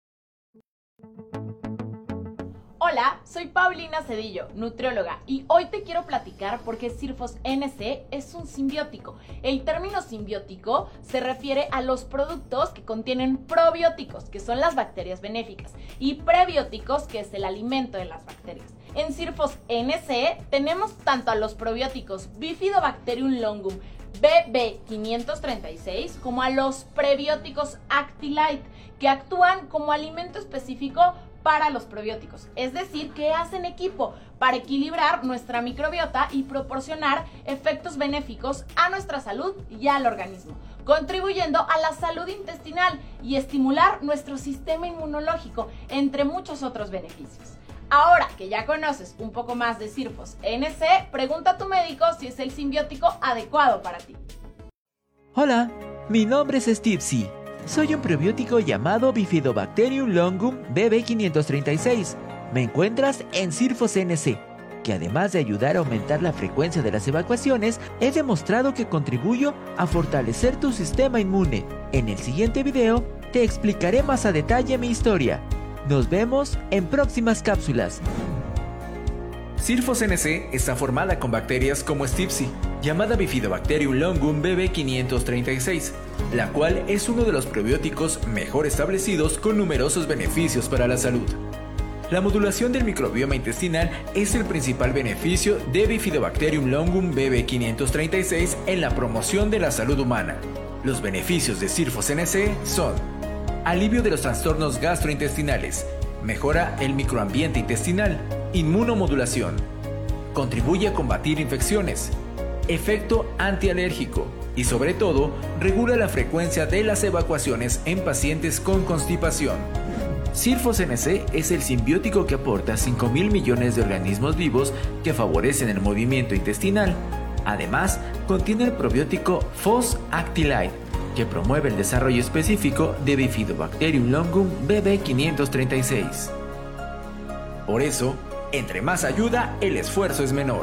Hola, soy Paulina Cedillo, nutrióloga, y hoy te quiero platicar por qué Sirfos N C es un simbiótico. El término simbiótico se refiere a los productos que contienen probióticos, que son las bacterias benéficas, y prebióticos, que es el alimento de las bacterias. En Sirfos N C tenemos tanto a los probióticos Bifidobacterium longum B B quinientos treinta y seis como a los prebióticos Actilite, que actúan como alimento específico para los probióticos, es decir, que hacen equipo para equilibrar nuestra microbiota y proporcionar efectos benéficos a nuestra salud y al organismo, contribuyendo a la salud intestinal y estimular nuestro sistema inmunológico, entre muchos otros beneficios. Ahora que ya conoces un poco más de Sirfos N C, pregunta a tu médico si es el simbiótico adecuado para ti. Hola, mi nombre es Stipsy. Soy un probiótico llamado Bifidobacterium longum B B quinientos treinta y seis. Me encuentras en Sirfos N C, que además de ayudar a aumentar la frecuencia de las evacuaciones, he demostrado que contribuyo a fortalecer tu sistema inmune. En el siguiente video te explicaré más a detalle mi historia. Nos vemos en próximas cápsulas. Sirfos N C está formada con bacterias como Stipsy, llamada Bifidobacterium longum B B quinientos treinta y seis, la cual es uno de los probióticos mejor establecidos con numerosos beneficios para la salud. La modulación del microbioma intestinal es el principal beneficio de Bifidobacterium longum B B quinientos treinta y seis en la promoción de la salud humana. Los beneficios de Sirfos N C son: alivio de los trastornos gastrointestinales, mejora el microambiente intestinal, inmunomodulación, contribuye a combatir infecciones, efecto antialérgico y sobre todo regula la frecuencia de las evacuaciones en pacientes con constipación. Sirfos N C es el simbiótico que aporta cinco mil millones de organismos vivos que favorecen el movimiento intestinal. Además, contiene el probiótico Fos-Actilide, que promueve el desarrollo específico de Bifidobacterium longum B B quinientos treinta y seis. Por eso, entre más ayuda, el esfuerzo es menor.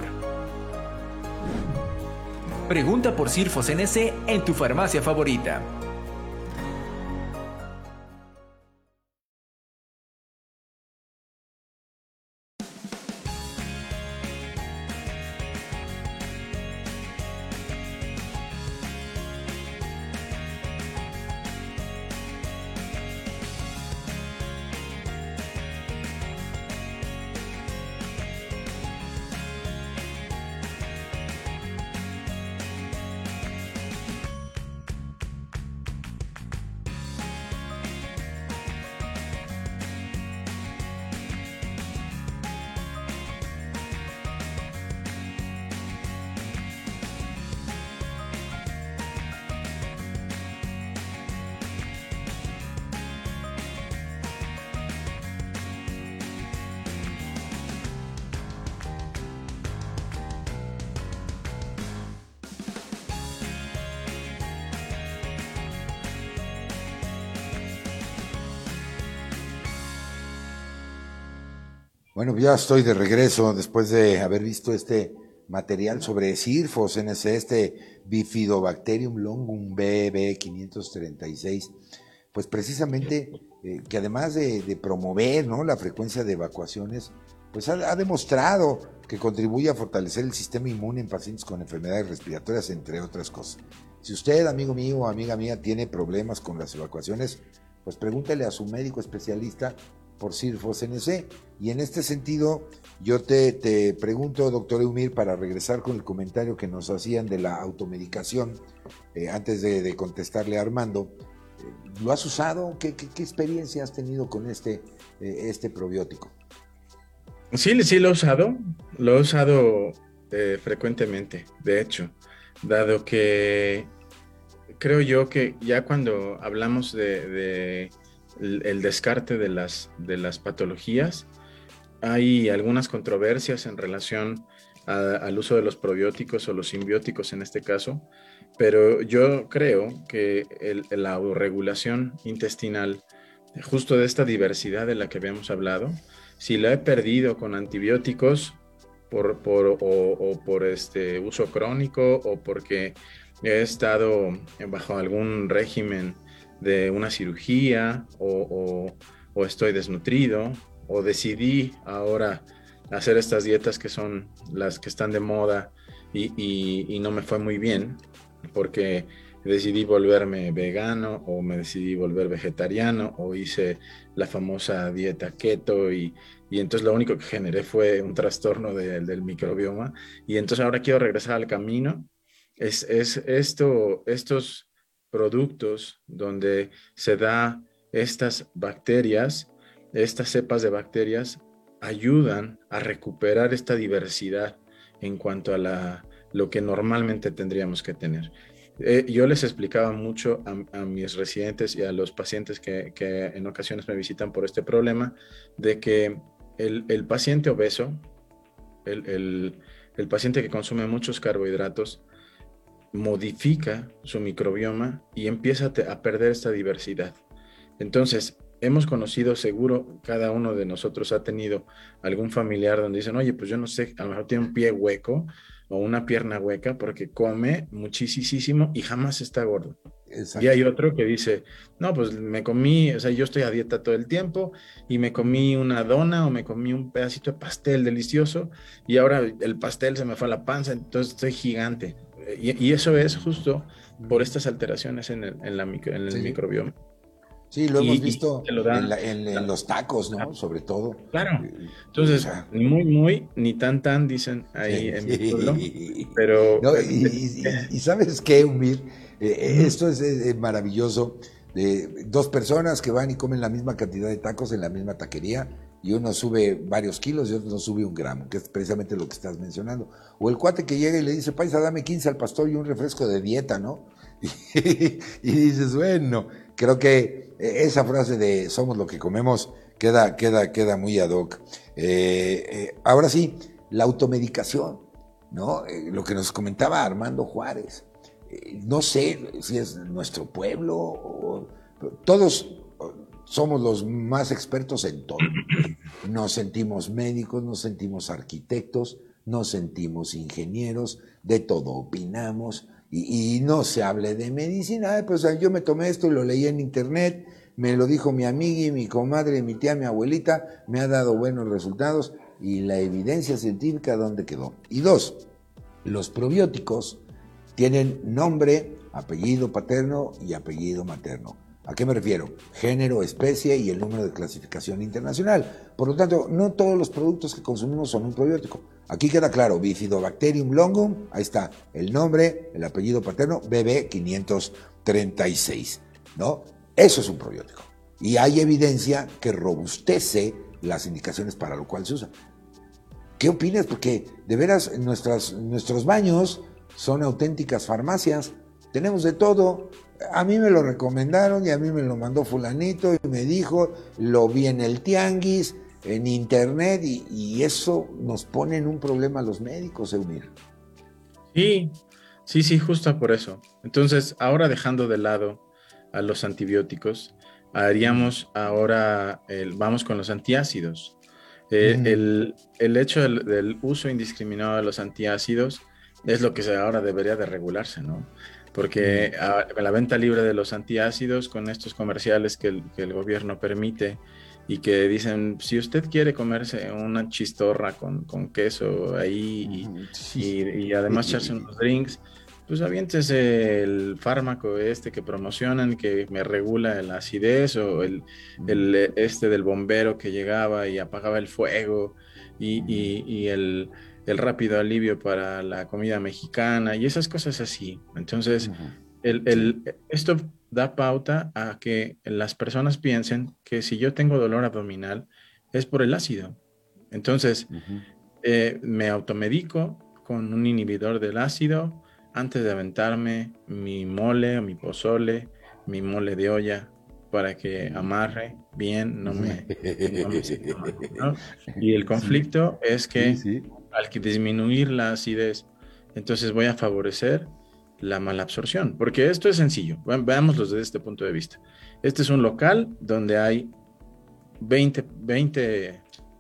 Pregunta por Sirfos N C en tu farmacia favorita. Bueno, ya estoy de regreso después de haber visto este material sobre Sirfos N C, este Bifidobacterium longum B B quinientos treinta y seis, pues precisamente eh, que además de, de promover, ¿no?, la frecuencia de evacuaciones, pues ha, ha demostrado que contribuye a fortalecer el sistema inmune en pacientes con enfermedades respiratorias, entre otras cosas. Si usted, amigo mío o amiga mía, tiene problemas con las evacuaciones, pues pregúntele a su médico especialista por Sirfos N C. Y en este sentido, yo te, te pregunto, doctor Eumir, para regresar con el comentario que nos hacían de la automedicación, eh, antes de, de contestarle a Armando, eh, ¿lo has usado? ¿Qué, qué, qué experiencia has tenido con este, eh, este probiótico? Sí, sí lo he usado, lo he usado eh, frecuentemente, de hecho, dado que creo yo que ya cuando hablamos de, de el descarte de las, de las patologías, hay algunas controversias en relación a, al uso de los probióticos o los simbióticos en este caso, pero yo creo que el, la autorregulación intestinal, justo de esta diversidad de la que habíamos hablado, si la he perdido con antibióticos por, por, o, o por este uso crónico o porque he estado bajo algún régimen de una cirugía o, o, o estoy desnutrido o decidí ahora hacer estas dietas que son las que están de moda y, y, y no me fue muy bien porque decidí volverme vegano o me decidí volver vegetariano o hice la famosa dieta keto y, y entonces lo único que generé fue un trastorno de, del microbioma y entonces ahora quiero regresar al camino. Es, es esto, estos productos donde se da estas bacterias, estas cepas de bacterias ayudan a recuperar esta diversidad en cuanto a la, lo que normalmente tendríamos que tener. Eh, yo les explicaba mucho a, a mis residentes y a los pacientes que, que en ocasiones me visitan por este problema, de que el, el paciente obeso, el, el, el paciente que consume muchos carbohidratos, modifica su microbioma y empieza a perder esta diversidad. Entonces, hemos conocido, seguro, cada uno de nosotros ha tenido algún familiar donde dicen, oye, pues yo no sé, a lo mejor tiene un pie hueco o una pierna hueca porque come muchísimo y jamás está gordo. Exacto. Y hay otro que dice, no, pues me comí, o sea, yo estoy a dieta todo el tiempo y me comí una dona o me comí un pedacito de pastel delicioso y ahora el pastel se me fue a la panza, entonces estoy gigante. Y, y eso es justo por estas alteraciones en el, en la micro, en el sí. microbioma. Sí, lo hemos y, visto y lo en, la, en, en los tacos, ¿no? Claro. Sobre todo. Claro. Entonces, o sea, ni muy, muy, ni tan, tan, dicen ahí sí, en mi pueblo. Pero... No, y, y, y, y ¿sabes qué, Eumir? Eh, uh-huh. Esto es eh, maravilloso. De dos personas que van y comen la misma cantidad de tacos en la misma taquería y uno sube varios kilos y otro no sube un gramo, que es precisamente lo que estás mencionando. O el cuate que llega y le dice, paisa, dame quince al pastor y un refresco de dieta, ¿no? Y, y dices, bueno, creo que esa frase de somos lo que comemos queda, queda, queda muy ad hoc. Eh, eh, ahora sí, la automedicación, ¿no? Eh, lo que nos comentaba Armando Juárez. Eh, no sé si es nuestro pueblo o todos somos los más expertos en todo. Nos sentimos médicos, nos sentimos arquitectos, nos sentimos ingenieros, de todo opinamos, y, y no se hable de medicina. Pues yo me tomé esto y lo leí en internet, me lo dijo mi amiga, mi comadre, mi tía, mi abuelita, me ha dado buenos resultados, y la evidencia científica, ¿dónde quedó? Y dos, los probióticos tienen nombre, apellido paterno y apellido materno. ¿A qué me refiero? Género, especie y el número de clasificación internacional. Por lo tanto, no todos los productos que consumimos son un probiótico. Aquí queda claro, Bifidobacterium longum, ahí está el nombre, el apellido paterno, B B quinientos treinta y seis, ¿no? Eso es un probiótico. Y hay evidencia que robustece las indicaciones para lo cual se usa. ¿Qué opinas? Porque de veras nuestras, nuestros baños son auténticas farmacias, tenemos de todo. A mí me lo recomendaron y a mí me lo mandó fulanito y me dijo, lo vi en el tianguis, en internet, y, y eso nos pone en un problema a los médicos, Eumir. Sí, sí, sí, justo por eso. Entonces, ahora dejando de lado a los antibióticos, haríamos ahora, el, vamos con los antiácidos. Eh, mm. el, el hecho del, del uso indiscriminado de los antiácidos es lo que ahora debería de regularse, ¿no? Porque mm. a, la venta libre de los antiácidos con estos comerciales que el, que el gobierno permite y que dicen, si usted quiere comerse una chistorra con, con queso ahí y, sí. y, y además echarse unos drinks, pues aviéntese el fármaco este que promocionan que me regula la acidez, o el, el este del bombero que llegaba y apagaba el fuego y, y, y el, el rápido alivio para la comida mexicana y esas cosas así. Entonces, uh-huh. el, el, esto da pauta a que las personas piensen que si yo tengo dolor abdominal es por el ácido. Entonces, uh-huh. eh, me automedico con un inhibidor del ácido antes de aventarme mi mole o mi pozole, mi mole de olla, para que amarre bien, no me... No me ¿no? Y el conflicto sí. es que sí, sí. al que disminuir la acidez, entonces voy a favorecer la mala absorción, porque esto es sencillo. Veámoslo desde este punto de vista. Este es un local donde hay veinte, veinte,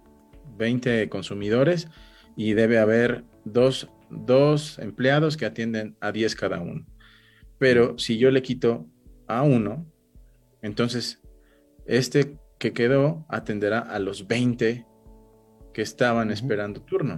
veinte consumidores y debe haber dos dos empleados que atienden a diez cada uno. Pero si yo le quito a uno, entonces este que quedó atenderá a los veinte que estaban uh-huh. esperando turno.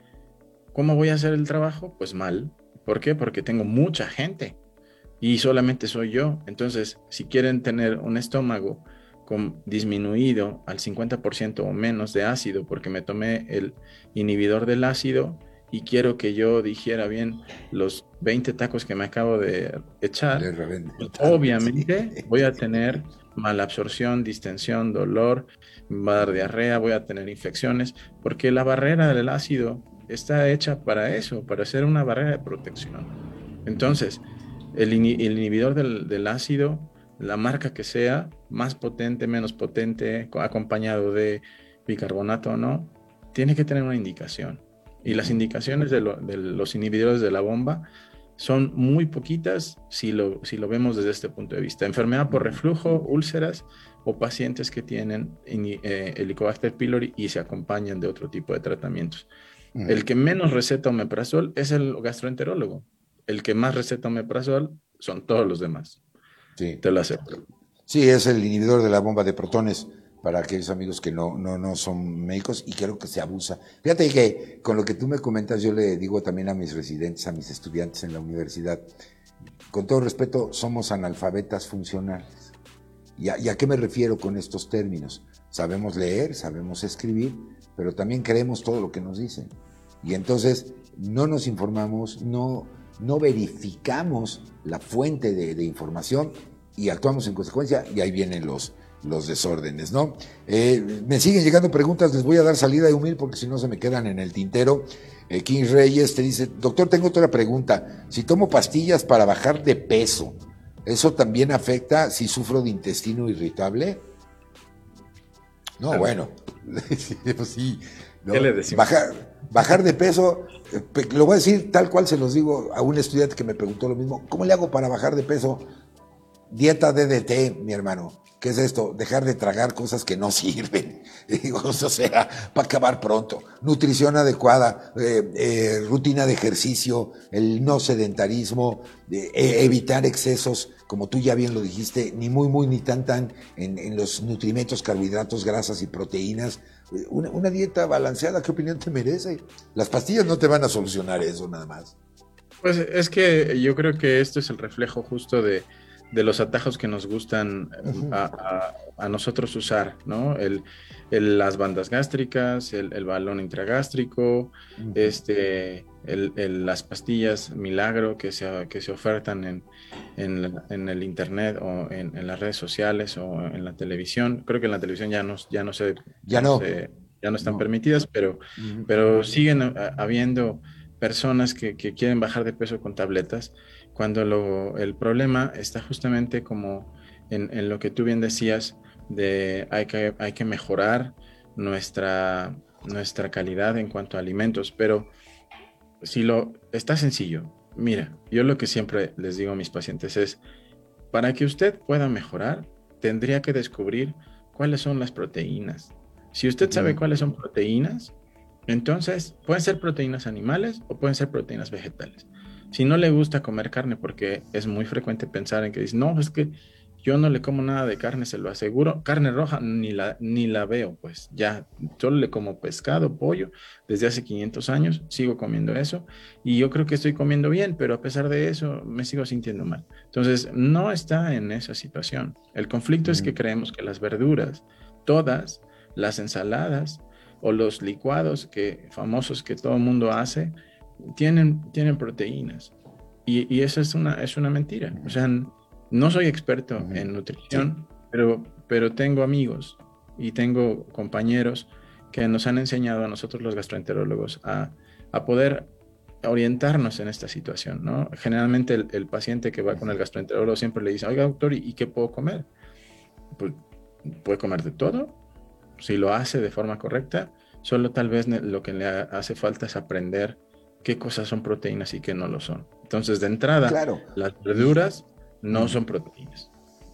¿Cómo voy a hacer el trabajo? Pues mal. ¿Por qué? Porque tengo mucha gente y solamente soy yo. Entonces, si quieren tener un estómago con disminuido al cincuenta por ciento o menos de ácido, porque me tomé el inhibidor del ácido, y quiero que yo digiera bien los veinte tacos que me acabo de echar, pues obviamente sí. voy a tener malabsorción, distensión, dolor, va a dar diarrea, voy a tener infecciones, porque la barrera del ácido está hecha para eso, para ser una barrera de protección. Entonces, el, in- el inhibidor del, del ácido, la marca que sea, más potente, menos potente, acompañado de bicarbonato o no, tiene que tener una indicación. Y las indicaciones de, lo, de los inhibidores de la bomba son muy poquitas si lo, si lo vemos desde este punto de vista. Enfermedad por reflujo, úlceras o pacientes que tienen eh, Helicobacter pylori y se acompañan de otro tipo de tratamientos. Uh-huh. El que menos receta omeprazol es el gastroenterólogo. El que más receta omeprazol son todos los demás. Sí. Te lo acepto. Sí, es el inhibidor de la bomba de protones, para aquellos amigos que no, no, no son médicos, y creo que se abusa. Fíjate que con lo que tú me comentas, yo le digo también a mis residentes, a mis estudiantes en la universidad, con todo respeto, somos analfabetas funcionales. ¿Y a, y a qué me refiero con estos términos? Sabemos leer, sabemos escribir, pero también creemos todo lo que nos dicen. Y entonces no nos informamos, no, no verificamos la fuente de, de información y actuamos en consecuencia, y ahí vienen los, los desórdenes, ¿no? Eh, me siguen llegando preguntas, les voy a dar salida de humil porque si no se me quedan en el tintero. Eh, King Reyes te dice, doctor, tengo otra pregunta. Si tomo pastillas para bajar de peso, ¿eso también afecta si sufro de intestino irritable? No, claro. Bueno, sí. ¿No? ¿Qué le decimos? Bajar, bajar de peso, eh, lo voy a decir tal cual se los digo a un estudiante que me preguntó lo mismo. ¿Cómo le hago para bajar de peso? Dieta D D T, mi hermano. ¿Qué es esto? Dejar de tragar cosas que no sirven. Digo, o sea, para acabar pronto. Nutrición adecuada, eh, eh, rutina de ejercicio, el no sedentarismo, eh, evitar excesos, como tú ya bien lo dijiste, ni muy, muy, ni tan, tan en, en los nutrimentos, carbohidratos, grasas y proteínas. Una, una dieta balanceada, ¿qué opinión te merece? Las pastillas no te van a solucionar eso nada más. Pues es que yo creo que esto es el reflejo justo de de los atajos que nos gustan a, a, a nosotros usar, ¿no? El, el, las bandas gástricas, el, el balón intragástrico, uh-huh. este, el, el, las pastillas milagro que se, que se ofertan en, en, en el internet o en, en las redes sociales o en la televisión. Creo que en la televisión ya no, ya no se... Ya no. Se, ya no están no. permitidas, pero, uh-huh. pero siguen a, habiendo personas que, que quieren bajar de peso con tabletas, cuando lo, el problema está justamente como en, en lo que tú bien decías, de hay que, hay que mejorar nuestra, nuestra calidad en cuanto a alimentos, pero si lo está sencillo, mira, yo lo que siempre les digo a mis pacientes es, para que usted pueda mejorar, tendría que descubrir cuáles son las proteínas. Si usted sabe cuáles son proteínas, entonces pueden ser proteínas animales o pueden ser proteínas vegetales. Si no le gusta comer carne, porque es muy frecuente pensar en que dice, no, es que yo no le como nada de carne, se lo aseguro, carne roja ni la, ni la veo, pues ya, solo le como pescado, pollo, desde hace quinientos años, sigo comiendo eso, y yo creo que estoy comiendo bien, pero a pesar de eso me sigo sintiendo mal. Entonces, no está en esa situación. El conflicto mm. es que creemos que las verduras, todas, las ensaladas o los licuados que, famosos que todo el mundo hace, Tienen, tienen proteínas y, y eso es una, es una mentira. O sea, no soy experto uh-huh. en nutrición, sí. pero, pero tengo amigos y tengo compañeros que nos han enseñado a nosotros los gastroenterólogos a, a poder orientarnos en esta situación, ¿no? Generalmente el, el paciente que va con el gastroenterólogo siempre le dice, oiga doctor, ¿y, y qué puedo comer? Pues puede comer de todo, si lo hace de forma correcta, solo tal vez lo que le hace falta es aprender qué cosas son proteínas y qué no lo son. Entonces, de entrada, claro. las verduras no uh-huh. son proteínas.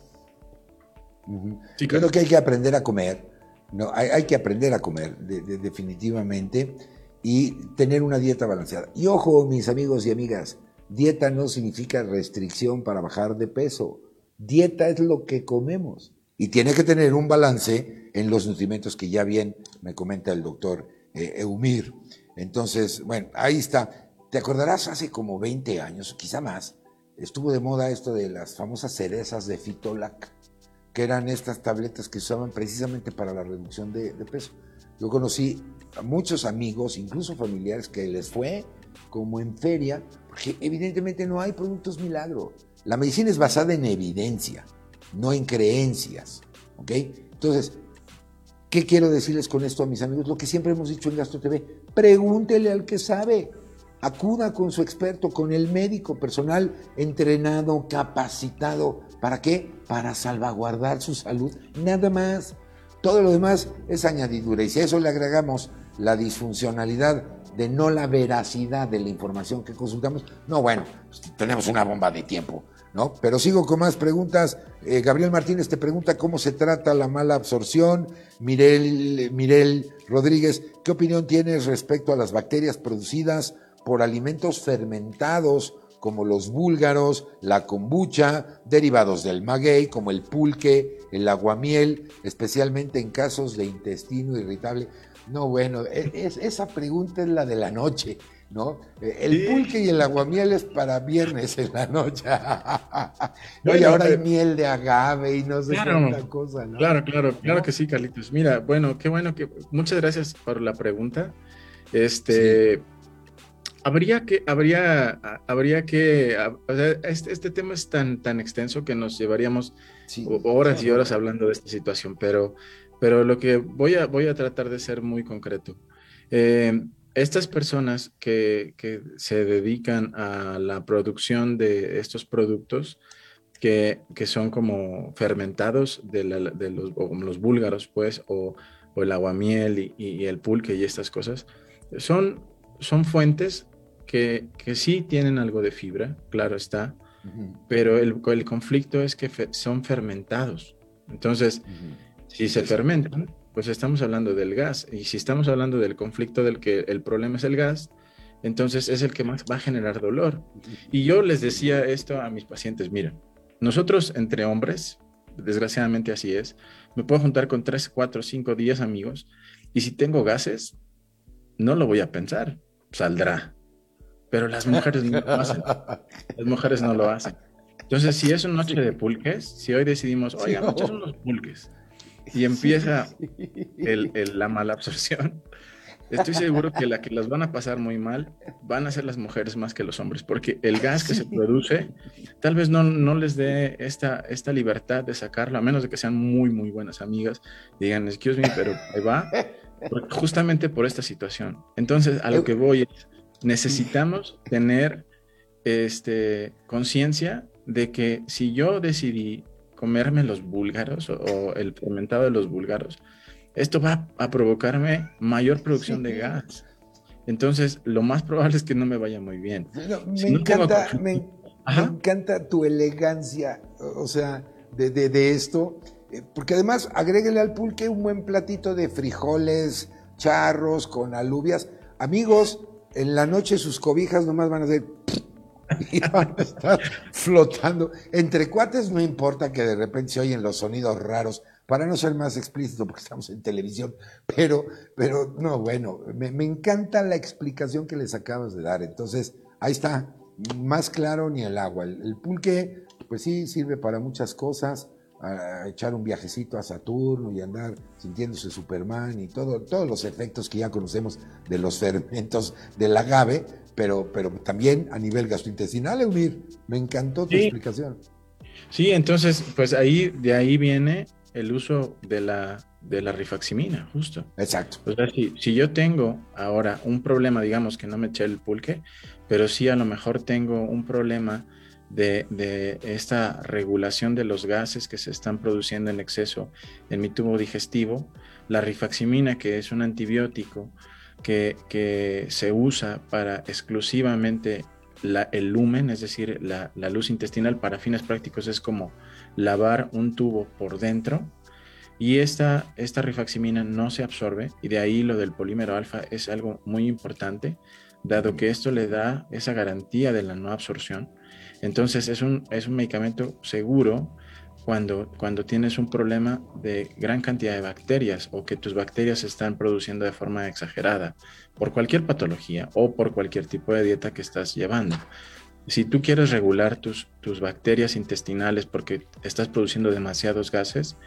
Uh-huh. Sí, claro. Creo que hay que aprender a comer, no, hay, hay que aprender a comer, de, de, definitivamente, y tener una dieta balanceada. Y ojo, mis amigos y amigas, dieta no significa restricción para bajar de peso. Dieta es lo que comemos. Y tiene que tener un balance en los nutrimentos que ya bien me comenta el doctor eh, Eumir. Entonces, bueno, ahí está. Te acordarás, hace como veinte años, quizá más, estuvo de moda esto de las famosas cerezas de Fitolac, que eran estas tabletas que se usaban precisamente para la reducción de, de peso. Yo conocí a muchos amigos, incluso familiares, que les fue como en feria, porque evidentemente no hay productos milagro. La medicina es basada en evidencia, no en creencias, ¿ok? Entonces, ¿qué quiero decirles con esto a mis amigos? Lo que siempre hemos dicho en Gastro T V, pregúntele al que sabe, acuda con su experto, con el médico personal entrenado, capacitado. ¿Para qué? Para salvaguardar su salud, nada más. Todo lo demás es añadidura. Y si a eso le agregamos la disfuncionalidad de no la veracidad de la información que consultamos, no, bueno, pues tenemos una bomba de tiempo, ¿no? Pero sigo con más preguntas. Eh, Gabriel Martínez te pregunta cómo se trata la mala absorción. Mirel, Mirel Rodríguez, ¿qué opinión tienes respecto a las bacterias producidas por alimentos fermentados como los búlgaros, la kombucha, derivados del maguey como el pulque, el aguamiel, especialmente en casos de intestino irritable? No, bueno, es, esa pregunta es la de la noche, ¿no? El pulque y el aguamiel es para viernes en la noche. No, bueno, y ahora hay miel de agave y no sé claro, cuánta cosa, ¿no? Claro, claro, claro ¿no? que sí, Carlitos. Mira, bueno, qué bueno que... Muchas gracias por la pregunta. Este... Sí. Habría que, habría, habría que, o sea, este, este tema es tan, tan extenso que nos llevaríamos Sí, horas sí, y horas hablando de esta situación, pero, pero lo que voy a, voy a tratar de ser muy concreto. Eh, estas personas que, que se dedican a la producción de estos productos, que, que son como fermentados de, la, de los, o como los búlgaros, pues, o, o el aguamiel y, y el pulque y estas cosas, son, son fuentes que, que sí tienen algo de fibra, claro está, uh-huh. pero el, el conflicto es que fe, son fermentados. Entonces, uh-huh. si se fermentan, pues estamos hablando del gas, y si estamos hablando del conflicto del que el problema es el gas, entonces es el que más va a generar dolor. Y yo les decía esto a mis pacientes: miren, nosotros entre hombres, desgraciadamente así es, me puedo juntar con tres, cuatro, cinco, diez amigos, y si tengo gases, no lo voy a pensar, saldrá. Pero las mujeres no lo hacen. Las mujeres no lo hacen. Entonces, si es una noche de pulques, si hoy decidimos, oiga, sí, muchos son los pulques, y empieza sí, sí. El, el, la mala absorción, estoy seguro que la que las van a pasar muy mal van a ser las mujeres más que los hombres, porque el gas que se produce tal vez no, no les dé esta, esta libertad de sacarlo, a menos de que sean muy, muy buenas amigas, y digan, excuse me, pero ahí va, justamente por esta situación. Entonces, a lo que voy es, necesitamos tener este, conciencia de que si yo decidí comerme los búlgaros o, o el fermentado de los búlgaros, esto va a provocarme mayor producción sí. de gas. Entonces, lo más probable es que no me vaya muy bien. No, me, si no encanta, tengo... me, me encanta tu elegancia, o sea, de, de, de esto, porque además agrégale al pulque un buen platito de frijoles, charros con alubias. Amigos, en la noche sus cobijas nomás van a ser... y van a estar flotando. Entre cuates no importa que de repente se oyen los sonidos raros, para no ser más explícito porque estamos en televisión, pero, pero no, bueno, me, me encanta la explicación que les acabas de dar. Entonces, ahí está, más claro ni el agua. El, el pulque, pues sí, sirve para muchas cosas, a echar un viajecito a Saturno y andar sintiéndose Superman y todo, todos los efectos que ya conocemos de los fermentos del agave, pero, pero también a nivel gastrointestinal, Eumir. Me encantó tu sí. explicación. Sí, entonces, pues ahí, de ahí viene el uso de la, de la rifaximina, justo. Exacto. O sea, si, si yo tengo ahora un problema, digamos que no me eché el pulque, pero sí a lo mejor tengo un problema de, de esta regulación de los gases que se están produciendo en exceso en mi tubo digestivo, la rifaximina, que es un antibiótico que, que se usa para exclusivamente la, el lumen, es decir, la, la luz intestinal, para fines prácticos es como lavar un tubo por dentro, y esta, esta rifaximina no se absorbe, y de ahí lo del polímero alfa es algo muy importante, dado que esto le da esa garantía de la no absorción. Entonces es un, es un medicamento seguro cuando, cuando tienes un problema de gran cantidad de bacterias o que tus bacterias se están produciendo de forma exagerada por cualquier patología o por cualquier tipo de dieta que estás llevando. Si tú quieres regular tus, tus bacterias intestinales porque estás produciendo demasiados gases,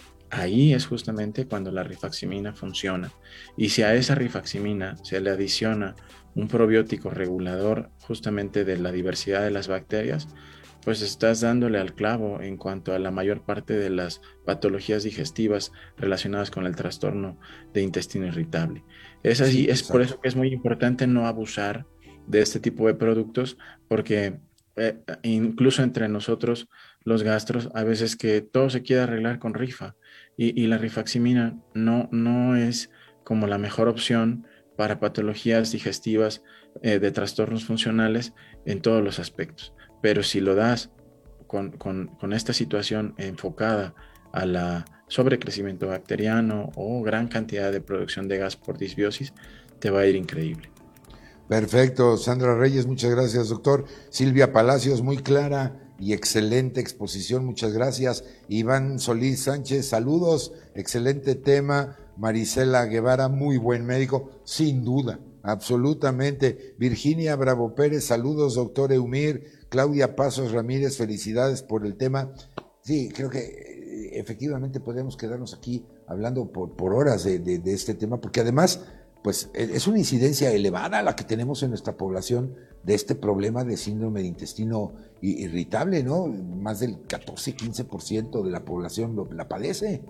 ahí es justamente cuando la rifaximina funciona. Y si a esa rifaximina se le adiciona un probiótico regulador justamente de la diversidad de las bacterias, pues estás dándole al clavo en cuanto a la mayor parte de las patologías digestivas relacionadas con el trastorno de intestino irritable. Es así, sí, es por eso que es muy importante no abusar de este tipo de productos, porque eh, incluso entre nosotros los gastros, a veces que todo se quiere arreglar con rifa, y, y la rifaximina no, no es como la mejor opción para patologías digestivas eh, de trastornos funcionales en todos los aspectos. Pero si lo das con, con, con esta situación enfocada a la sobrecrecimiento bacteriano o gran cantidad de producción de gas por disbiosis, te va a ir increíble. Perfecto, Sandra Reyes, muchas gracias, doctor. Silvia Palacios, muy clara y excelente exposición, muchas gracias. Iván Solís Sánchez, saludos, excelente tema. Marisela Guevara, muy buen médico, sin duda, absolutamente. Virginia Bravo Pérez, saludos, doctor Eumir. Claudia Pasos Ramírez, felicidades por el tema. Sí, creo que efectivamente podemos quedarnos aquí hablando por, por horas de, de, de este tema, porque además pues es una incidencia elevada la que tenemos en nuestra población de este problema de síndrome de intestino irritable, ¿no? Más del catorce, quince por ciento de la población lo, la padece.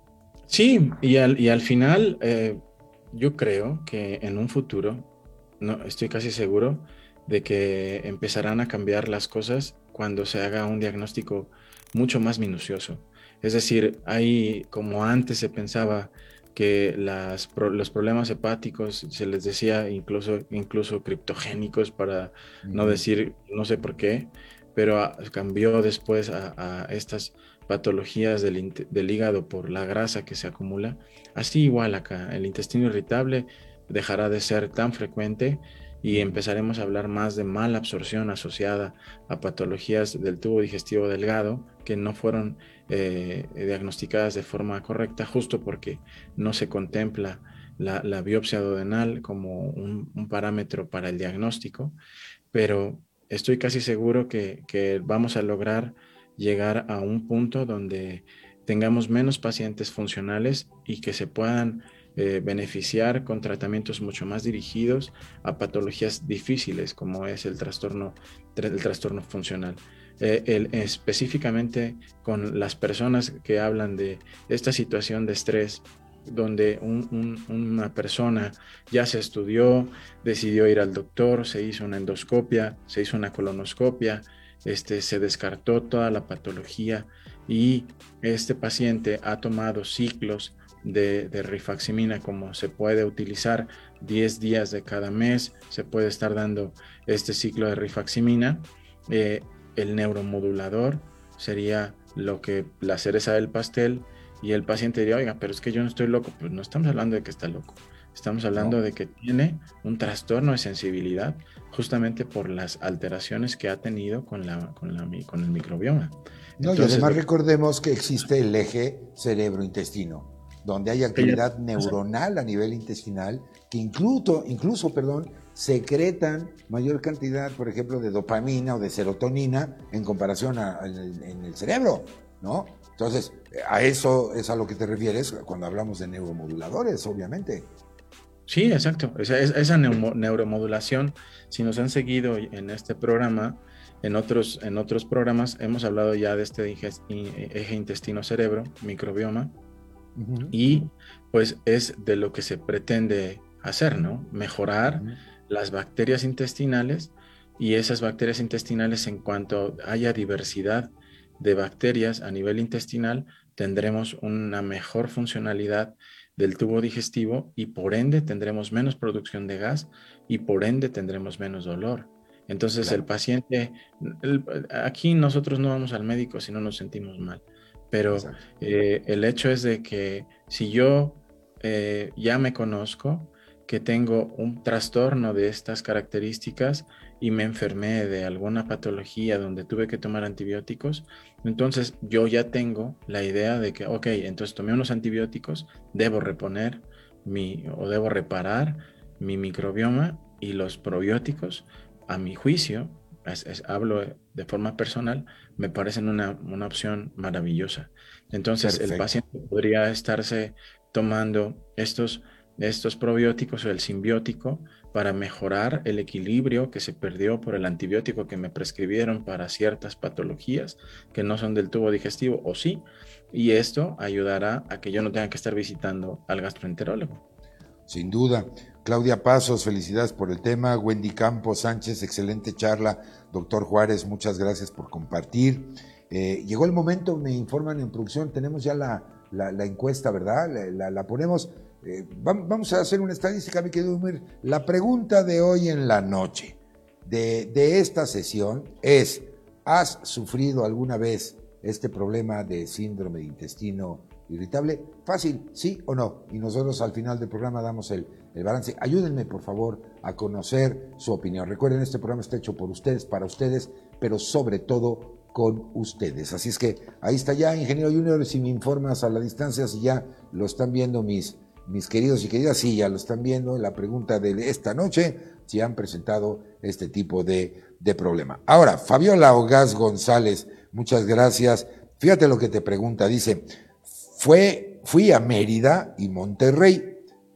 Sí, y al, y al final eh, yo creo que en un futuro, no, estoy casi seguro de que empezarán a cambiar las cosas cuando se haga un diagnóstico mucho más minucioso. Es decir, hay, como antes se pensaba que las, los problemas hepáticos se les decía incluso, incluso criptogénicos, para uh-huh. no decir, no sé por qué, pero a, cambió después a, a estas patologías del, del hígado por la grasa que se acumula. Así igual acá, el intestino irritable dejará de ser tan frecuente y empezaremos a hablar más de mala absorción asociada a patologías del tubo digestivo delgado que no fueron eh, diagnosticadas de forma correcta, justo porque no se contempla la, la biopsia duodenal como un, un parámetro para el diagnóstico, pero estoy casi seguro que, que vamos a lograr llegar a un punto donde tengamos menos pacientes funcionales y que se puedan Eh, beneficiar con tratamientos mucho más dirigidos a patologías difíciles como es el trastorno, el trastorno funcional. Eh, el, específicamente con las personas que hablan de esta situación de estrés, donde un, un, una persona ya se estudió, decidió ir al doctor, se hizo una endoscopia, se hizo una colonoscopia, este, se descartó toda la patología y este paciente ha tomado ciclos De, de rifaximina, como se puede utilizar diez días de cada mes, se puede estar dando este ciclo de rifaximina. Eh, el neuromodulador sería lo que la cereza del pastel, y el paciente diría, oiga, pero es que yo no estoy loco. Pues no estamos hablando de que está loco, estamos hablando no. de que tiene un trastorno de sensibilidad justamente por las alteraciones que ha tenido con, la, con, la, con el microbioma. No, Entonces, y además de... recordemos que existe el eje cerebro-intestino, donde hay actividad neuronal a nivel intestinal, que incluso, incluso perdón, secretan mayor cantidad, por ejemplo, de dopamina o de serotonina en comparación a, a, en, en el cerebro, ¿no? Entonces, a eso es a lo que te refieres cuando hablamos de neuromoduladores, obviamente. Sí, exacto. Esa, esa neuromodulación, si nos han seguido en este programa, en otros, en otros programas hemos hablado ya de este eje intestino-cerebro, microbioma, Uh-huh. y pues es de lo que se pretende hacer, ¿no? Mejorar uh-huh. las bacterias intestinales, y esas bacterias intestinales, en cuanto haya diversidad de bacterias a nivel intestinal, tendremos una mejor funcionalidad del tubo digestivo y por ende tendremos menos producción de gas y por ende tendremos menos dolor. Entonces claro. el paciente, el, aquí nosotros no vamos al médico si no nos sentimos mal. Pero eh, el hecho es de que si yo eh, ya me conozco, que tengo un trastorno de estas características y me enfermé de alguna patología donde tuve que tomar antibióticos, entonces yo ya tengo la idea de que, ok, entonces tomé unos antibióticos, debo reponer mi, o debo reparar mi microbioma, y los probióticos, a mi juicio, Es, es, hablo de forma personal, me parecen una, una opción maravillosa. Entonces Perfecto. El paciente podría estarse tomando estos, estos probióticos o el simbiótico para mejorar el equilibrio que se perdió por el antibiótico que me prescribieron para ciertas patologías que no son del tubo digestivo, o sí, y esto ayudará a que yo no tenga que estar visitando al gastroenterólogo. Sin duda. Claudia Pasos, felicidades por el tema. Wendy Campos Sánchez, excelente charla. Doctor Juárez, muchas gracias por compartir. Eh, llegó el momento, me informan en producción, tenemos ya la, la, la encuesta, ¿verdad? La, la, la ponemos. Eh, vamos a hacer una estadística, mi querido Humir. La pregunta de hoy en la noche de, de esta sesión es: ¿has sufrido alguna vez este problema de síndrome de intestino irritable? Fácil, sí o no. Y nosotros al final del programa damos el, el balance. Ayúdenme, por favor, a conocer su opinión. Recuerden, este programa está hecho por ustedes, para ustedes, pero sobre todo con ustedes. Así es que ahí está ya, Ingeniero Junior, si me informas a la distancia, si ya lo están viendo mis, mis queridos y queridas, sí, ya lo están viendo. La pregunta de esta noche, si han presentado este tipo de, de problema. Ahora, Fabiola Ogaz González, muchas gracias. Fíjate lo que te pregunta, dice: Fue, fui a Mérida y Monterrey,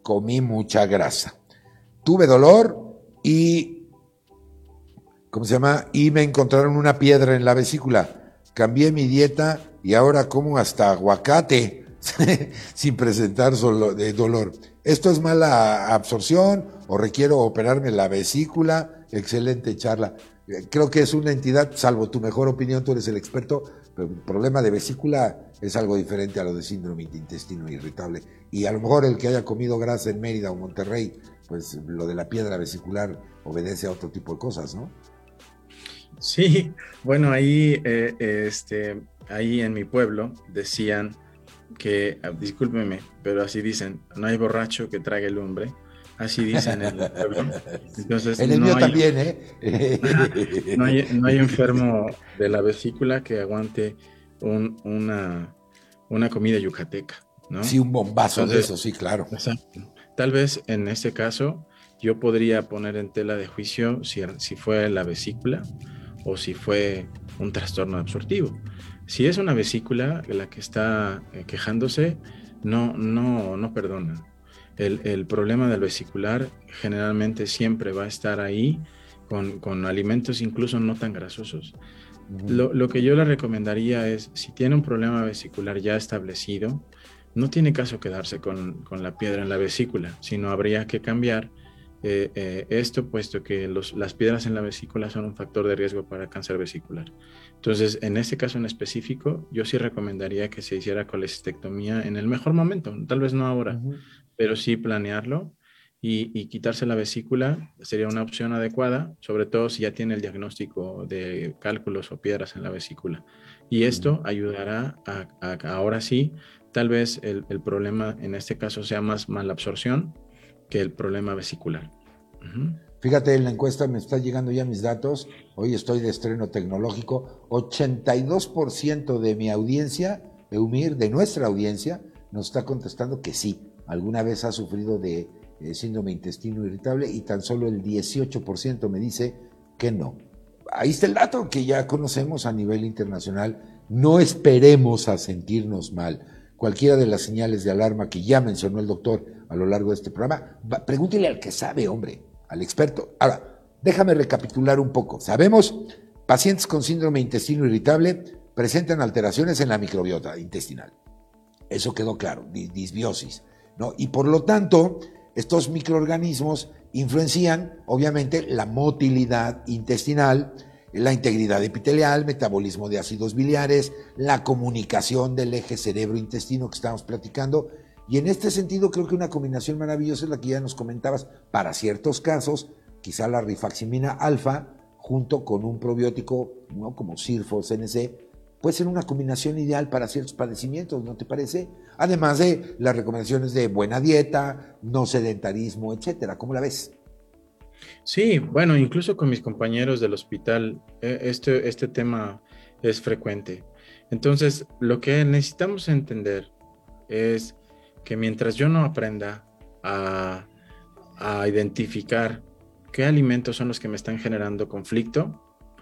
comí mucha grasa. Tuve dolor y, ¿cómo se llama? Y me encontraron una piedra en la vesícula. Cambié mi dieta y ahora como hasta aguacate sin presentar solo de dolor. ¿Esto es mala absorción o requiero operarme la vesícula? Excelente charla. Creo que es una entidad, salvo tu mejor opinión, tú eres el experto, pero el problema de vesícula es algo diferente a lo de síndrome de intestino irritable. Y a lo mejor el que haya comido grasa en Mérida o Monterrey, pues lo de la piedra vesicular obedece a otro tipo de cosas, ¿no? Sí, bueno, ahí, eh, este, ahí en mi pueblo decían que, discúlpeme, pero así dicen, no hay borracho que trague lumbre. Así dicen en el pueblo. Entonces, en el no mío hay, también, ¿eh? no hay, no hay enfermo de la vesícula que aguante un, una, una comida yucateca, ¿no? Sí, un bombazo Entonces, de eso, sí, claro. Exacto. Tal vez en este caso yo podría poner en tela de juicio si, si fue la vesícula o si fue un trastorno absortivo. Si es una vesícula la que está eh, quejándose, no, no, no perdona. El, el problema del vesicular generalmente siempre va a estar ahí con, con alimentos incluso no tan grasosos. Uh-huh. Lo, lo que yo le recomendaría es, si tiene un problema vesicular ya establecido, no tiene caso quedarse con, con la piedra en la vesícula, sino habría que cambiar eh, eh, esto, puesto que los, las piedras en la vesícula son un factor de riesgo para cáncer vesicular. Entonces, en este caso en específico, yo sí recomendaría que se hiciera colestectomía en el mejor momento, tal vez no ahora, uh-huh. pero sí planearlo y, y quitarse la vesícula sería una opción adecuada, sobre todo si ya tiene el diagnóstico de cálculos o piedras en la vesícula. Y esto uh-huh. ayudará a, a, a ahora sí, tal vez el, el problema en este caso sea más malabsorción que el problema vesicular. Uh-huh. Fíjate, en la encuesta me están llegando ya mis datos. Hoy estoy de estreno tecnológico. ochenta y dos por ciento de mi audiencia, Eumir, de nuestra audiencia, nos está contestando que sí. Alguna vez ha sufrido de eh, síndrome de intestino irritable y tan solo el dieciocho por ciento me dice que no. Ahí está el dato que ya conocemos a nivel internacional. No esperemos a sentirnos mal. Cualquiera de las señales de alarma que ya mencionó el doctor a lo largo de este programa, va, pregúntele al que sabe, hombre, al experto. Ahora, déjame recapitular un poco. Sabemos, pacientes con síndrome de intestino irritable presentan alteraciones en la microbiota intestinal. Eso quedó claro, disbiosis, ¿no? Y por lo tanto, estos microorganismos influencian, obviamente, la motilidad intestinal, la integridad epitelial, metabolismo de ácidos biliares, la comunicación del eje cerebro-intestino que estamos platicando. Y en este sentido creo que una combinación maravillosa es la que ya nos comentabas. Para ciertos casos, quizá la rifaximina alfa, junto con un probiótico, ¿no?, como Sirfos N C, puede ser una combinación ideal para ciertos padecimientos, ¿no te parece? Además de las recomendaciones de buena dieta, no sedentarismo, etcétera. ¿Cómo la ves? Sí, bueno, incluso con mis compañeros del hospital, este, este tema es frecuente. Entonces, lo que necesitamos entender es que mientras yo no aprenda a, a identificar qué alimentos son los que me están generando conflicto,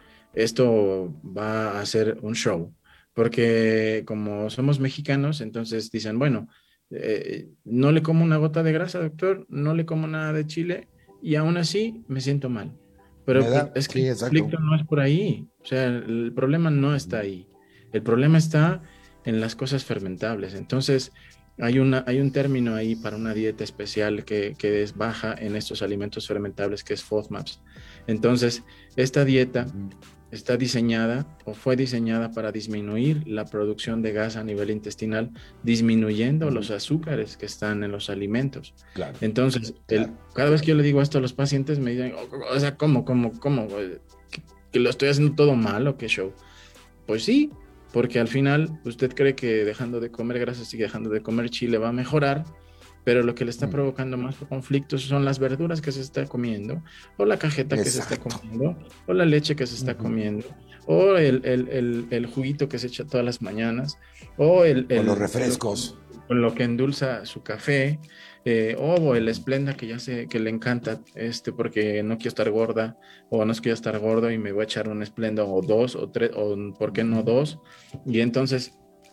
esto va a ser un show. Porque como somos mexicanos, entonces dicen, bueno, eh, no le como una gota de grasa, doctor, no le como nada de chile, y aún así me siento mal. Pero que, es que sí, el conflicto no es por ahí. O sea, el problema no está ahí. El problema está en las cosas fermentables. Entonces, hay, una, hay un término ahí para una dieta especial que, que es baja en estos alimentos fermentables, que es FODMAPs. Entonces, esta dieta está diseñada o fue diseñada para disminuir la producción de gas a nivel intestinal, disminuyendo uh-huh. los azúcares que están en los alimentos. Claro. Entonces, claro. El, cada vez que yo le digo esto a los pacientes, me dicen, o, o sea, ¿cómo, cómo, cómo? ¿Que, ¿Que lo estoy haciendo todo mal o qué show? Pues sí, porque al final usted cree que dejando de comer grasas y dejando de comer chile va a mejorar, pero lo que le está mm. provocando más conflictos son las verduras que se está comiendo, o la cajeta Exacto. que se está comiendo, o la leche que se está uh-huh. comiendo, o el, el, el, el juguito que se echa todas las mañanas, o, el, el, o los refrescos. Lo, lo que endulza su café, eh, o el Splenda que ya sé que le encanta, este, porque no quiero estar gorda, o no quiero estar gordo y me voy a echar un Splenda o dos, o tres, o ¿por qué no dos? Y entonces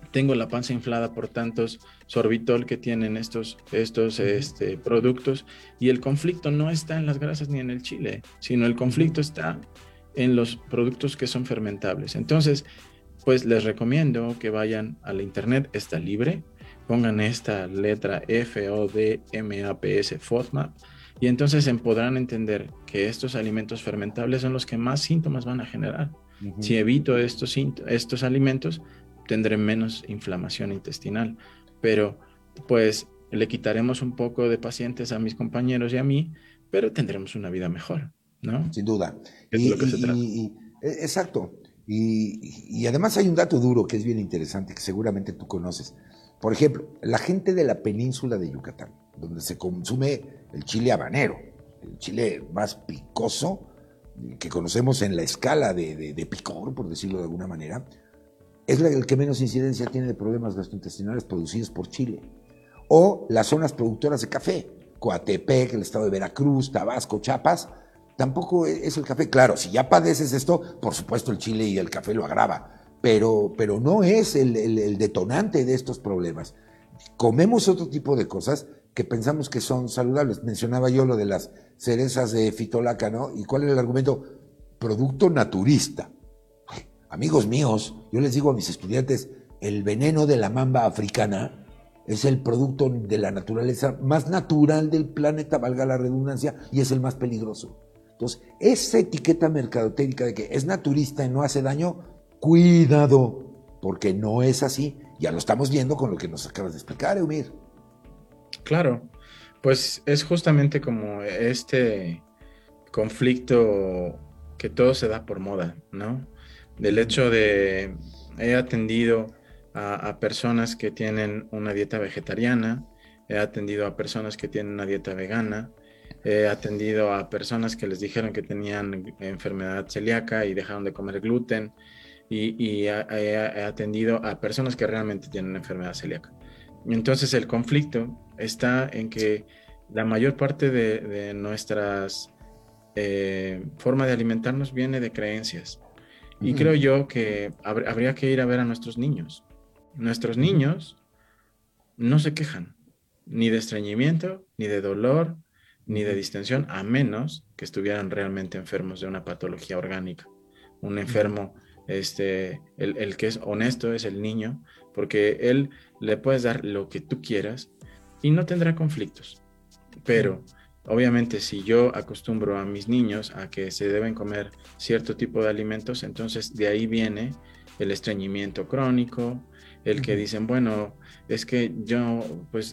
tengo la panza inflada por tantos sorbitol que tienen estos, estos uh-huh. este, productos, y el conflicto no está en las grasas ni en el chile, sino el conflicto está en los productos que son fermentables. Entonces, pues les recomiendo que vayan a la internet, está libre, pongan esta letra F O D M A P S, FODMAP, y entonces podrán entender que estos alimentos fermentables son los que más síntomas van a generar. Uh-huh. Si evito estos, estos alimentos, tendré menos inflamación intestinal, pero pues le quitaremos un poco de pacientes a mis compañeros y a mí, pero tendremos una vida mejor, ¿no? Sin duda. Es y, lo que y, se trata. Y, y, exacto. Y, y además hay un dato duro que es bien interesante, que seguramente tú conoces. Por ejemplo, la gente de la península de Yucatán, donde se consume el chile habanero, el chile más picoso que conocemos en la escala de, de, de picor, por decirlo de alguna manera, es el que menos incidencia tiene de problemas gastrointestinales producidos por Chile. O las zonas productoras de café, Coatepec, el estado de Veracruz, Tabasco, Chiapas, tampoco es el café. Claro, si ya padeces esto, por supuesto el chile y el café lo agrava, pero, pero no es el, el, el detonante de estos problemas. Comemos otro tipo de cosas que pensamos que son saludables. Mencionaba yo lo de las cerezas de Fitolaca, ¿no? ¿Y cuál era el argumento? Producto naturista. Amigos míos, yo les digo a mis estudiantes, el veneno de la mamba africana es el producto de la naturaleza más natural del planeta, valga la redundancia, y es el más peligroso. Entonces, esa etiqueta mercadotecnia de que es naturista y no hace daño, cuidado, porque no es así. Ya lo estamos viendo con lo que nos acabas de explicar, Eumir. Claro, pues es justamente como este conflicto que todo se da por moda, ¿no? Del hecho de, he atendido a, a personas que tienen una dieta vegetariana, he atendido a personas que tienen una dieta vegana, he atendido a personas que les dijeron que tenían enfermedad celíaca y dejaron de comer gluten, y, y he, he atendido a personas que realmente tienen enfermedad celíaca. Entonces el conflicto está en que la mayor parte de, de nuestras eh, forma de alimentarnos viene de creencias. Y uh-huh. creo yo que hab- habría que ir a ver a nuestros niños. Nuestros niños no se quejan ni de estreñimiento, ni de dolor, ni de distensión, a menos que estuvieran realmente enfermos de una patología orgánica. Un enfermo, este, el, el que es honesto es el niño, porque él le puedes dar lo que tú quieras y no tendrá conflictos. Pero obviamente si yo acostumbro a mis niños a que se deben comer cierto tipo de alimentos, entonces de ahí viene el estreñimiento crónico, el que dicen, bueno, es que yo pues